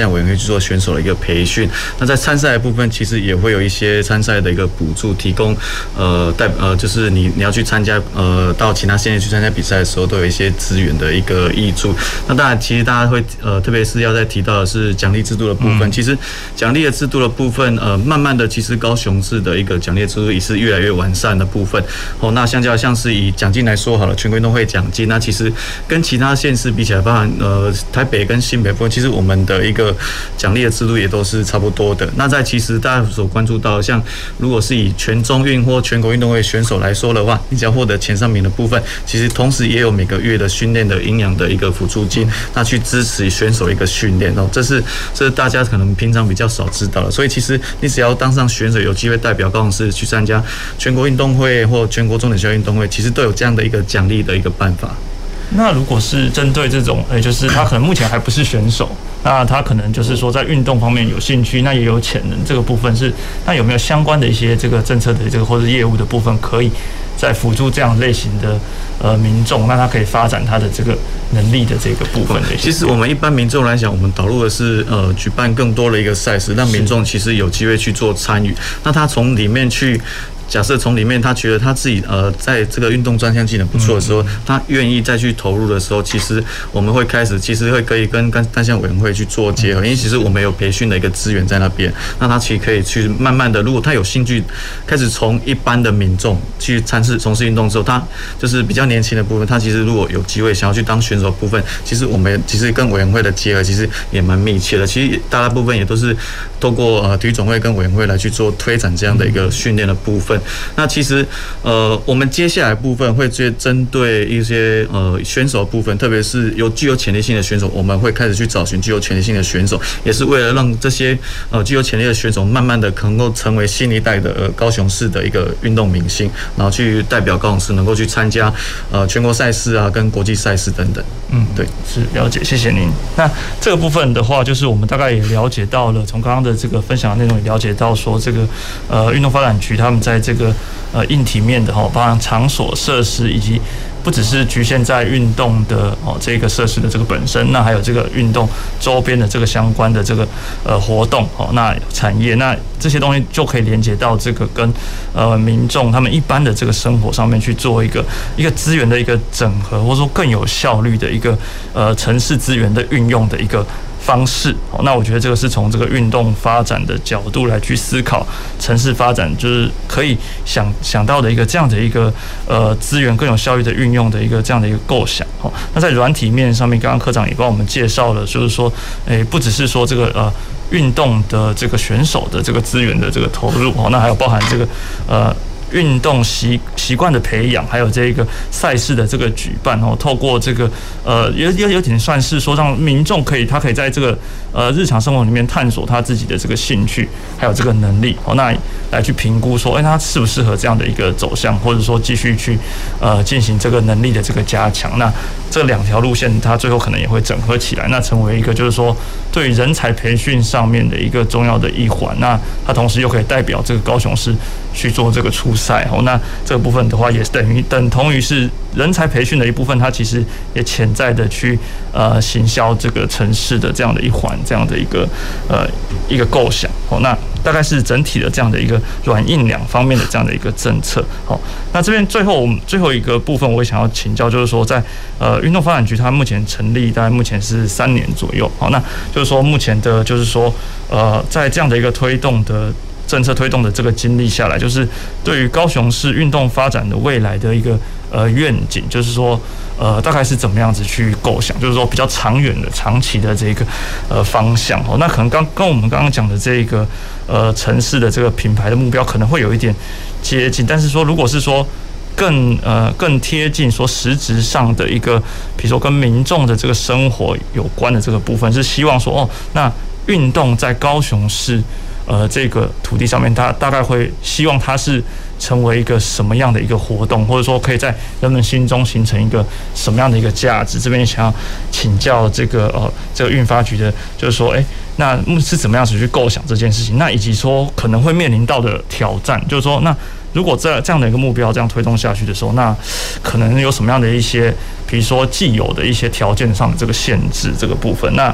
项委员会去做选手的一个培训。那在参赛的部分，其实也会有一些参赛的一个补助，提供呃代呃就是你你要去参加呃到其他县市去参加比赛的时候，都有一些资源的一个挹注。那当然，其实大家会呃特别是要再提到的是奖励制度的部分。嗯、其实奖励的制度的部分，呃，慢慢的，其实高雄市的一个奖励制度也是越来越完善的部分。哦，那相较像是以奖金来说好了，全国运动会奖金，那其实跟其他县市比起来，包含呃台北跟新北部分，其实我们的一个奖励的制度也都是差不多的。那在其实大家所关注到，像如果是以全中运或全国运动会选手来说的话，你只要获得前三名的部分，其实同时也有每个月的训练的营养的一个辅助金，那去支持选手一个训练哦，这是这是大家可能平常比较少知道的。所以其实你只要当上选手，有机会代表高雄市去参加全国运动会或全国重点校运动会，其实都有这样的一个奖励的一个办法。 那如果是针对这种，呃，就是他可能目前还不是选手，那他可能就是说在运动方面有兴趣，那也有潜能，这个部分是，那有没有相关的一些这个政策的这个或者业务的部分，可以在辅助这样类型的呃民众，那他可以发展他的这个能力的这个部分的？ 其实我们一般民众来讲，我们导入的是呃举办更多的一个赛事，让民众其实有机会去做参与，那他从里面去。假设从里面他觉得他自己呃在这个运动专项技能不错的时候，他愿意再去投入的时候，其实我们会开始其实会可以跟单项委员会去做结合，因为其实我们有培训的一个资源在那边，那他其实可以去慢慢的，如果他有兴趣，开始从一般的民众去参事从事运动之后，他就是比较年轻的部分，他其实如果有机会想要去当选手的部分，其实我们其实跟委员会的结合其实也蛮密切的，其实大部分也都是透过呃体育总会跟委员会来去做推展这样的一个训练的部分。那其实，呃，我们接下来的部分会去针对一些呃选手的部分，特别是有具有潜力性的选手，我们会开始去找寻具有潜力性的选手，也是为了让这些呃具有潜力的选手，慢慢的能够成为新一代的呃高雄市的一个运动明星，然后去代表高雄市能够去参加呃全国赛事啊，跟国际赛事等等。嗯，对， 是了解，谢谢您。那这个部分的话，就是我们大概也了解到了，从刚刚的这个分享的内容也了解到说，这个呃运动发展局他们在这个呃硬体面的哈，包含场所设施以及。不只是局限在运动的哦这个设施的这个本身，那还有这个运动周边的这个相关的这个呃活动哦，那产业，那这些东西就可以连接到这个跟呃民众他们一般的这个生活上面去做一个一个资源的一个整合，或者说更有效率的一个呃城市资源的运用的一个方式。那我觉得这个是从这个运动发展的角度来去思考城市发展，就是可以想想到的一个这样的一个呃资源更有效率的运用的一个这样的一个构想。那在软体面上面，刚刚科长也帮我们介绍了，就是说，诶，不只是说这个呃运动的这个选手的这个资源的这个投入，那还有包含这个呃。运动习习惯的培养，还有这个赛事的这个举办哦，透过这个呃，有有有点算是说让民众可以，他可以在这个呃日常生活里面探索他自己的这个兴趣，还有这个能力哦，那来去评估说，哎，他适不适合这样的一个走向，或者说继续去呃进行这个能力的这个加强。那这两条路线，它最后可能也会整合起来，那成为一个就是说对人才培训上面的一个重要的一环。那它同时又可以代表这个高雄市去做这个出赛哦，那这个部分的话，也是等于等同于是人才培训的一部分，它其实也潜在的去呃行销这个城市的这样的一环，这样的一个呃一个构想哦。那大概是整体的这样的一个软硬两方面的这样的一个政策。好，那这边最后我们最后一个部分，我也想要请教，就是说在呃运动发展局它目前成立大概目前是三年左右。好，那就是说目前的就是说呃在这样的一个推动的。政策推动的这个经历下来，就是对于高雄市运动发展的未来的一个呃愿景，就是说呃大概是怎么样子去构想，就是说比较长远的、长期的这个呃方向哦。那可能刚跟我们刚刚讲的这个呃城市的这个品牌的目标可能会有一点接近，但是说如果是说更呃更贴近说实质上的一个，比如说跟民众的这个生活有关的这个部分，是希望说哦，那运动在高雄市。呃，这个土地上面，它大概会希望它是成为一个什么样的一个活动，或者说可以在人们心中形成一个什么样的一个价值？这边想要请教这个呃这个运发局的，就是说，哎，那是怎么样子去构想这件事情？那以及说可能会面临到的挑战，就是说，那如果这这样的一个目标这样推动下去的时候，那可能有什么样的一些，比如说既有的一些条件上的这个限制这个部分，那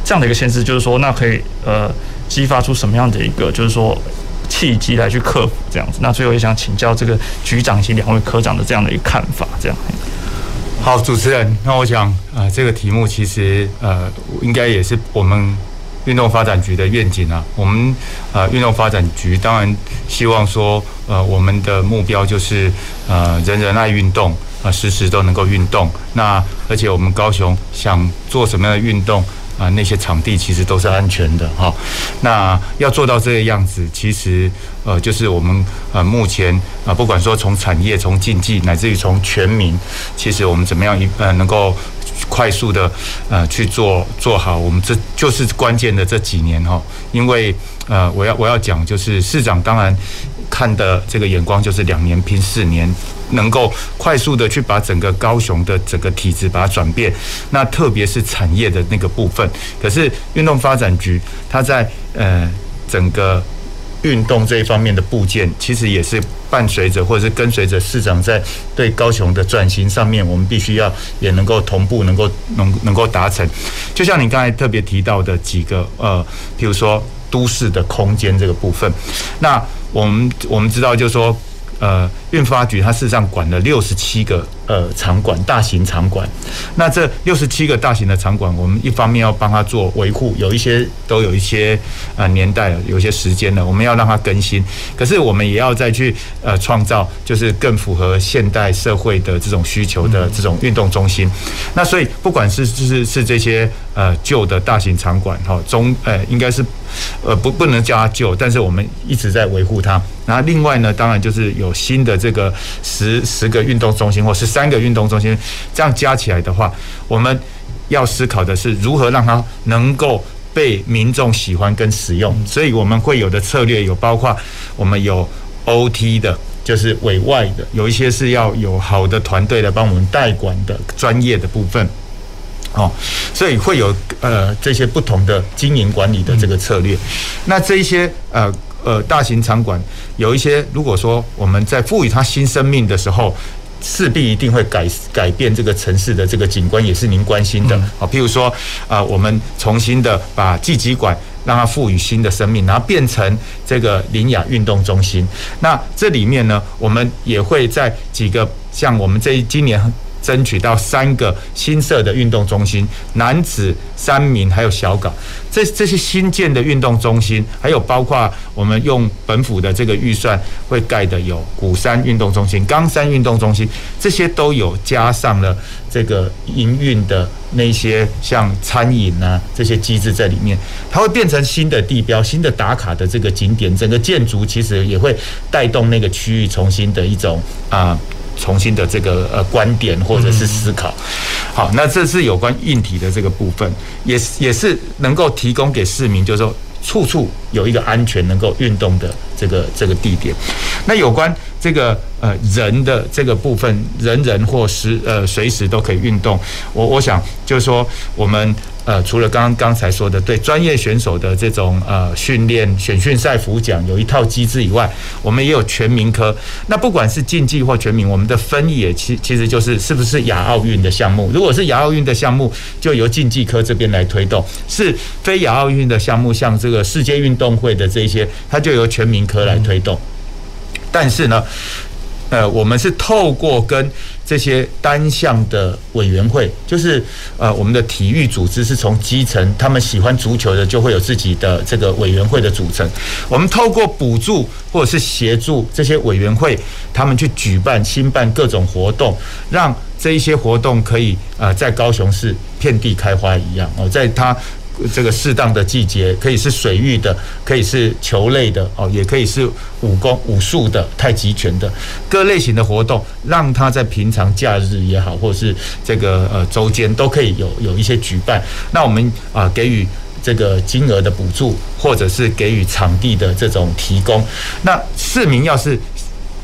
这样的一个限制，就是说，那可以呃激发出什么样的一个，就是说契机来去克服这样子？那最后也想请教这个局长以及两位科长的这样的一个看法，这样。 好，主持人，那我想啊、呃，这个题目其实呃，应该也是我们运动发展局的愿景啊。我们呃运动发展局当然希望说，呃，我们的目标就是呃人人爱运动，啊、呃，时时都能够运动。那而且我们高雄想做什么样的运动？啊，那些场地其实都是安全的哈。那要做到这个样子，其实呃，就是我们呃目前啊、呃，不管说从产业、从竞技，乃至于从全民，其实我们怎么样呃能够快速的呃去做做好，我们这就是关键的这几年哈。因为呃，我要我要讲就是市长当然看的这个眼光就是两年拼四年。能够快速的去把整个高雄的整个体制把它转变，那特别是产业的那个部分。可是运动发展局它在呃整个运动这一方面的部件，其实也是伴随着或者是跟随着市长在对高雄的转型上面，我们必须要也能够同步，能够能能够达成。就像你刚才特别提到的几个呃，譬如说都市的空间这个部分，那我们我们知道就是说。呃，运发局它事实上管了六十七个呃场馆，大型场馆。那这六十七个大型的场馆，我们一方面要帮它做维护，有一些都有一些呃年代了，有一些时间了，我们要让它更新。可是我们也要再去呃创造，就是更符合现代社会的这种需求的这种运动中心。那所以不管是是是这些呃旧的大型场馆哈，中呃应该是呃不不能叫它旧，但是我们一直在维护它。然后另外呢，当然就是有新的这个十十个运动中心或十三个运动中心，这样加起来的话，我们要思考的是如何让它能够被民众喜欢跟使用。所以我们会有的策略有包括我们有 O T 的，就是委外的，有一些是要有好的团队来帮我们代管的专业的部分。哦，所以会有呃这些不同的经营管理的这个策略。那这一些呃。呃，大型场馆有一些，如果说我们在赋予它新生命的时候，势必一定会改改变这个城市的这个景观，也是您关心的。好，譬如说，啊、呃，我们重新的把技击馆让它赋予新的生命，然后变成这个林雅运动中心。那这里面呢，我们也会在几个像我们这今年。争取到三个新设的运动中心，男子、三民还有小港，这这些新建的运动中心，还有包括我们用本府的这个预算会盖的有鼓山运动中心、冈山运动中心，这些都有加上了这个营运的那些像餐饮啊这些机制在里面，它会变成新的地标、新的打卡的这个景点，整个建筑其实也会带动那个区域重新的一种啊。呃重新的这个呃观点或者是思考，好，那这是有关硬体的这个部分，也也是能够提供给市民，就是说处处有一个安全能够运动的这个这个地点。那有关这个呃人的这个部分，人人或时呃随时都可以运动，我我想就是说我们。呃，除了刚刚刚才说的对专业选手的这种呃训练、选训赛辅奖有一套机制以外，我们也有全民科。那不管是竞技或全民，我们的分野其其实就是是不是亚奥运的项目。如果是亚奥运的项目，就由竞技科这边来推动；是非亚奥运的项目，像这个世界运动会的这一些，它就由全民科来推动。但是呢，呃，我们是透过跟这些单项的委员会，就是呃我们的体育组织是从基层，他们喜欢足球的就会有自己的这个委员会的组成。我们透过补助或者是协助这些委员会，他们去举办、新办各种活动，让这一些活动可以呃在高雄市遍地开花一样哦，在它。这个适当的季节，可以是水域的，可以是球类的哦，也可以是武功、武术的、太极拳的各类型的活动，让它在平常假日也好，或是这个呃周间都可以有有一些举办。那我们啊、呃、给予这个金额的补助，或者是给予场地的这种提供。那市民要是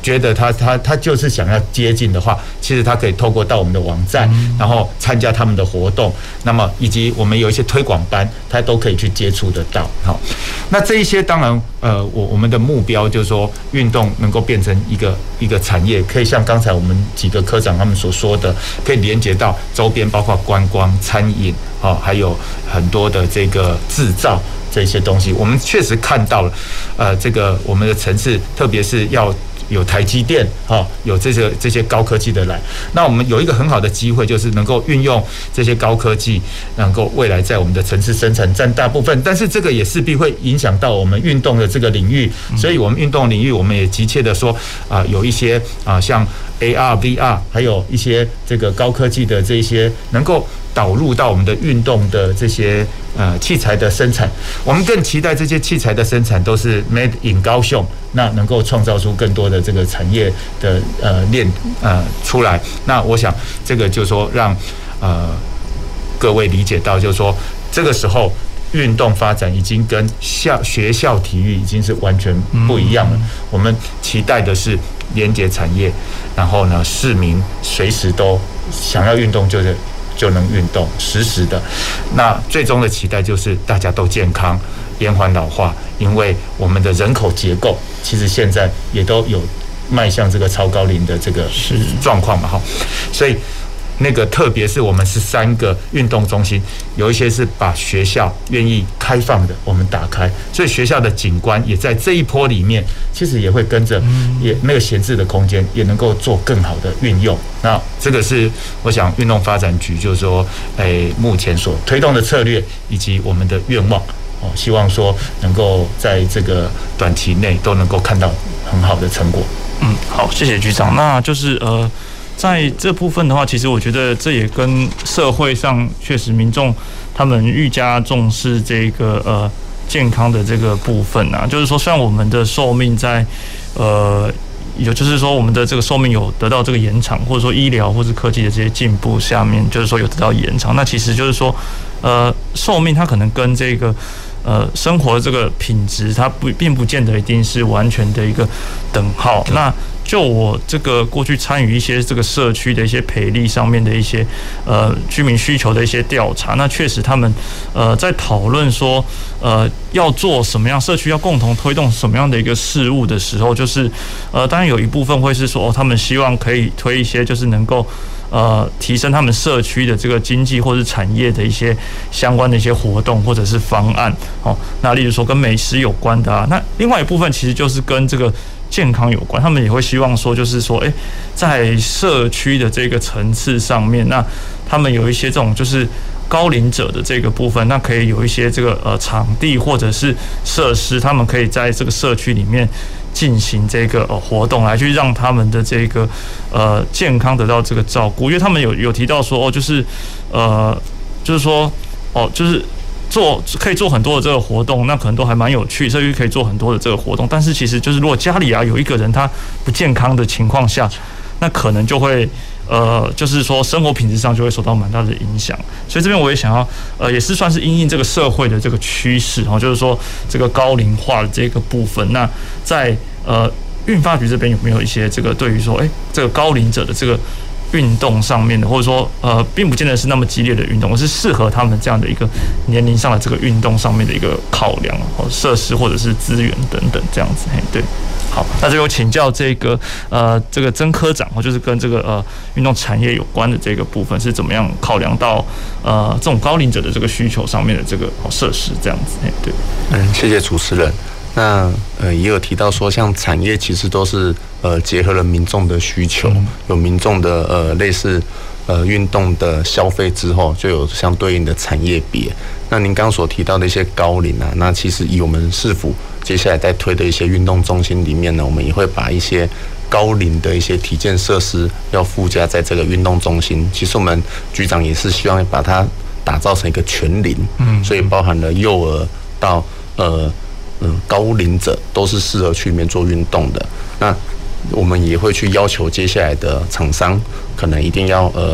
觉得他他他就是想要接近的话，其实他可以透过到我们的网站，然后参加他们的活动，那么以及我们有一些推广班，他都可以去接触得到。好，那这一些当然，呃，我我们的目标就是说，运动能够变成一个一个产业，可以像刚才我们几个科长他们所说的，可以连接到周边，包括观光、餐饮，哦，还有很多的这个制造。这些东西，我们确实看到了，呃，这个我们的城市，特别是要有台积电，哈，有这些这些高科技的来，那我们有一个很好的机会，就是能够运用这些高科技，能够未来在我们的城市生产占大部分，但是这个也势必会影响到我们运动的这个领域，所以我们运动领域，我们也急切的说，啊、呃，有一些啊、呃，像 A R、V R， 还有一些这个高科技的这些能够导入到我们的运动的这些呃器材的生产，我们更期待这些器材的生产都是 made in 高雄，那能够创造出更多的这个产业的呃链呃出来。那我想这个就是说让呃各位理解到，就是说这个时候运动发展已经跟校学校体育已经是完全不一样了。我们期待的是连接产业，然后呢市民随时都想要运动就是就能运动，实时的。那最终的期待就是大家都健康，延缓老化，因为我们的人口结构其实现在也都有迈向这个超高龄的这个状况嘛，哈，所以。那个特别是我们十三个运动中心，有一些是把学校愿意开放的，我们打开，所以学校的景观也在这一波里面，其实也会跟着也那个闲置的空间也能够做更好的运用。那这个是我想运动发展局就是说，诶，目前所推动的策略以及我们的愿望哦，希望说能够在这个短期内都能够看到很好的成果。 嗯，好，谢谢局长。那就是呃。在这部分的话，其实我觉得这也跟社会上确实民众他们愈加重视这个呃健康的这个部分啊，就是说，虽然我们的寿命在呃，也就是说我们的这个寿命有得到这个延长，或者说医疗或是科技的这些进步下面，就是说有得到延长，那其实就是说呃寿命它可能跟这个呃生活的这个品质，它不并不见得一定是完全的一个等号。那就我这个过去参与一些这个社区的一些培力上面的一些呃居民需求的一些调查，那确实他们呃在讨论说呃要做什么样社区要共同推动什么样的一个事物的时候，就是呃当然有一部分会是说哦他们希望可以推一些就是能够呃提升他们社区的这个经济或是产业的一些相关的一些活动或者是方案哦，那例如说跟美食有关的啊，那另外一部分其实就是跟这个健康有关，他们也会希望说，就是说，哎，在社区的这个层次上面，那他们有一些这种就是高龄者的这个部分，那可以有一些这个呃场地或者是设施，他们可以在这个社区里面进行这个呃活动，来去让他们的这个呃健康得到这个照顾，因为他们有有提到说，哦，就是呃，就是说，哦，就是。做可以做很多的这个活动，那可能都还蛮有趣，所以可以做很多的这个活动。但是其实就是如果家里啊有一个人他不健康的情况下，那可能就会呃，就是说生活品质上就会受到蛮大的影响。所以这边我也想要呃，也是算是因应这个社会的这个趋势哦，就是说这个高龄化的这个部分。那在呃运发局这边有没有一些这个对于说，哎，这个高龄者的这个运动上面的，或者说呃，并不见得是那么激烈的运动，而是适合他们这样的一个年龄上的这个运动上面的一个考量，或设施或者是资源等等这样子。嘿，对，好，那这边我请教这个呃这个曾科长，就是跟这个呃运动产业有关的这个部分是怎么样考量到呃这种高龄者的这个需求上面的这个设施这样子。嘿，对， 嗯，谢谢主持人。那呃也有提到说，像产业其实都是呃结合了民众的需求，有民众的呃类似呃运动的消费之后，就有相对应的产业别。那您刚所提到的一些高龄啊，那其实以我们市府接下来在推的一些运动中心里面呢，我们也会把一些高龄的一些体健设施要附加在这个运动中心。其实我们局长也是希望把它打造成一个全龄，嗯，所以包含了幼儿到呃。嗯，高龄者都是适合去里面做运动的。那我们也会去要求接下来的厂商，可能一定要呃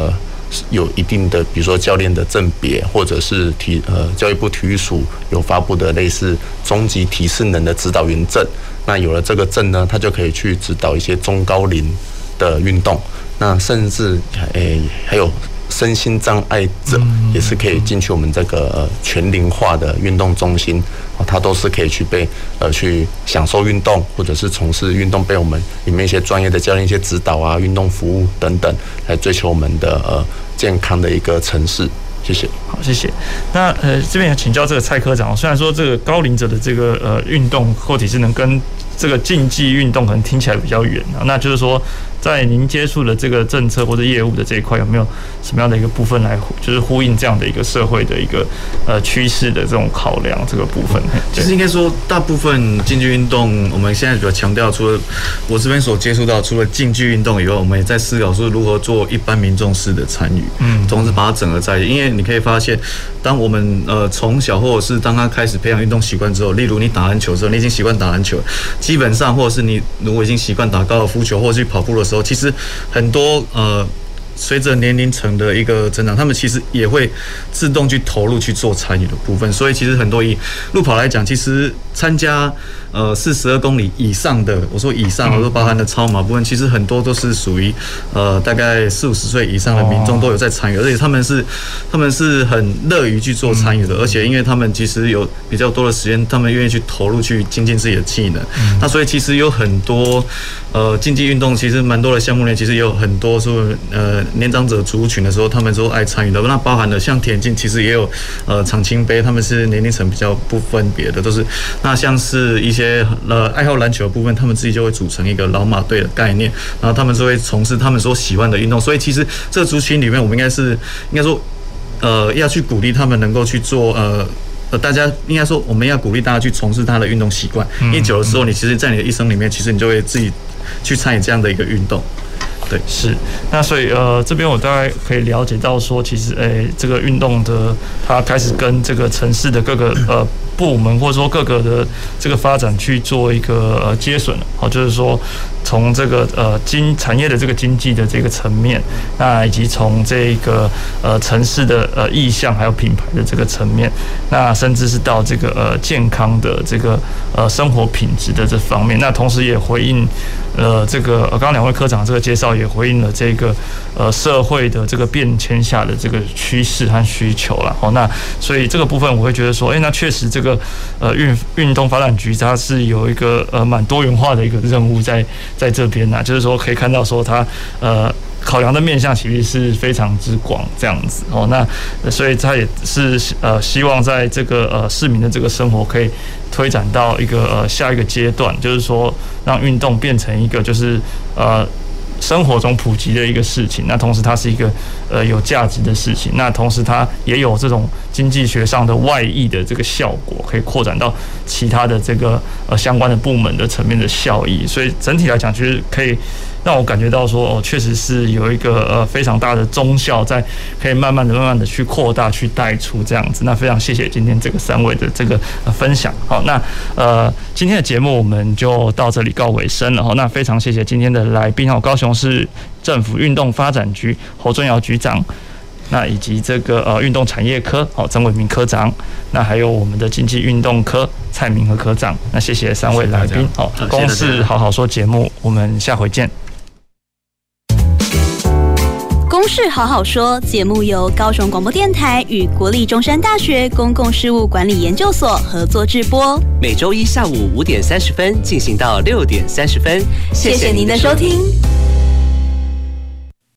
有一定的，比如说教练的证别，或者是体呃教育部体育署有发布的类似中级体适能的指导员证。那有了这个证呢，他就可以去指导一些中高龄的运动，那甚至诶、欸、还有身心障碍者也是可以进去我们这个呃全龄化的运动中心，它都是可以去被呃去享受运动，或者是从事运动，被我们里面一些专业的教练一些指导啊、运动服务等等，来追求我们的呃健康的一个城市。谢谢。 好，谢谢。那呃这边也请教这个蔡科长，虽然说这个高龄者的这个呃运动或体适能跟这个竞技运动可能听起来比较远啊，那就是说，在您接触的这个政策或者业务的这一块，有没有什么样的一个部分来，就是呼应这样的一个社会的一个呃趋势的这种考量这个部分？ 其实应该说，大部分竞技运动，我们现在比较强调，除了我这边所接触到，除了竞技运动以外，我们也在思考说如何做一般民众式的参与，嗯，同时把它整合在一起。因为你可以发现，当我们呃从小或者是当他开始培养运动习惯之后，例如你打篮球之后，你已经习惯打篮球，基本上或者是你如果已经习惯打高尔夫球或者去跑步的时候，其实很多呃。随着年龄层的一个增长，他们其实也会自动去投入去做参与的部分。所以其实很多以路跑来讲，其实参加呃四十二公里以上的，我说以上，我说包含的超马部分，其实很多都是属于呃大概四五十岁以上的民众都有在参与，而且他们是他们是很乐于去做参与的，而且因为他们其实有比较多的时间，他们愿意去投入去精进自己的技能。那所以其实有很多呃竞技运动，其实蛮多的项目呢，其实也有很多说呃。年长者族群的时候，他们都爱参与的。那包含了像田径，其实也有呃长青杯，他们是年龄层比较不分别的，都是。那像是一些呃爱好篮球的部分，他们自己就会组成一个老马队的概念，然后他们就会从事他们所喜欢的运动。所以其实这个族群里面，我们应该是应该说呃要去鼓励他们能够去做呃。呃，大家应该说，我们要鼓励大家去从事他的运动习惯，因为久的时候，你其实，在你的一生里面，其实你就会自己去参与这样的一个运动。对， 是。那所以呃，这边我大概可以了解到说，其实诶，这个运动的它开始跟这个城市的各个呃部门或者说各个的这个发展去做一个呃接损了。好，就是说从这个呃经产业的这个经济的这个层面，那以及从这个呃城市的呃意向还有品牌的这个层面，那甚至是到这个呃健康的这个呃生活品质的这方面，那同时也回应呃这个呃刚刚两位科长这个介绍也回应了这个呃社会的这个变迁下的这个趋势和需求啦。好，那所以这个部分我会觉得说，哎、欸，那确实这个呃运运动发展局它是有一个呃蛮多元化的一个任务在在这边呐，就是说可以看到说它呃。考量的面向其实是非常之广，这样子哦。那所以他也是呃希望在这个呃市民的这个生活可以推展到一个呃下一个阶段，就是说让运动变成一个就是呃生活中普及的一个事情。那同时它是一个呃有价值的事情，那同时它也有这种经济学上的外溢的这个效果，可以扩展到其他的这个呃相关的部门的层面的效益。所以整体来讲，就是可以让我感觉到说，哦，确实是有一个呃非常大的忠效在，可以慢慢的、慢慢的去扩大、去带出这样子。那非常谢谢今天这个三位的这个分享。好，那呃今天的节目我们就到这里告尾声了。好，那非常谢谢今天的来宾哦，高雄市政府运动发展局侯尊尧局长。那以及这个呃运动产业科好曾伟明科长，那还有我们的经济运动科蔡明和科长。那谢谢三位来宾。好，公事好好说节目，我们下回见。 公事好好说节目由高雄广播电台与国立中山大学公共事务管理研究所合作制播， 每周一下午五点三十分进行到六点三十分。 谢谢您的收听。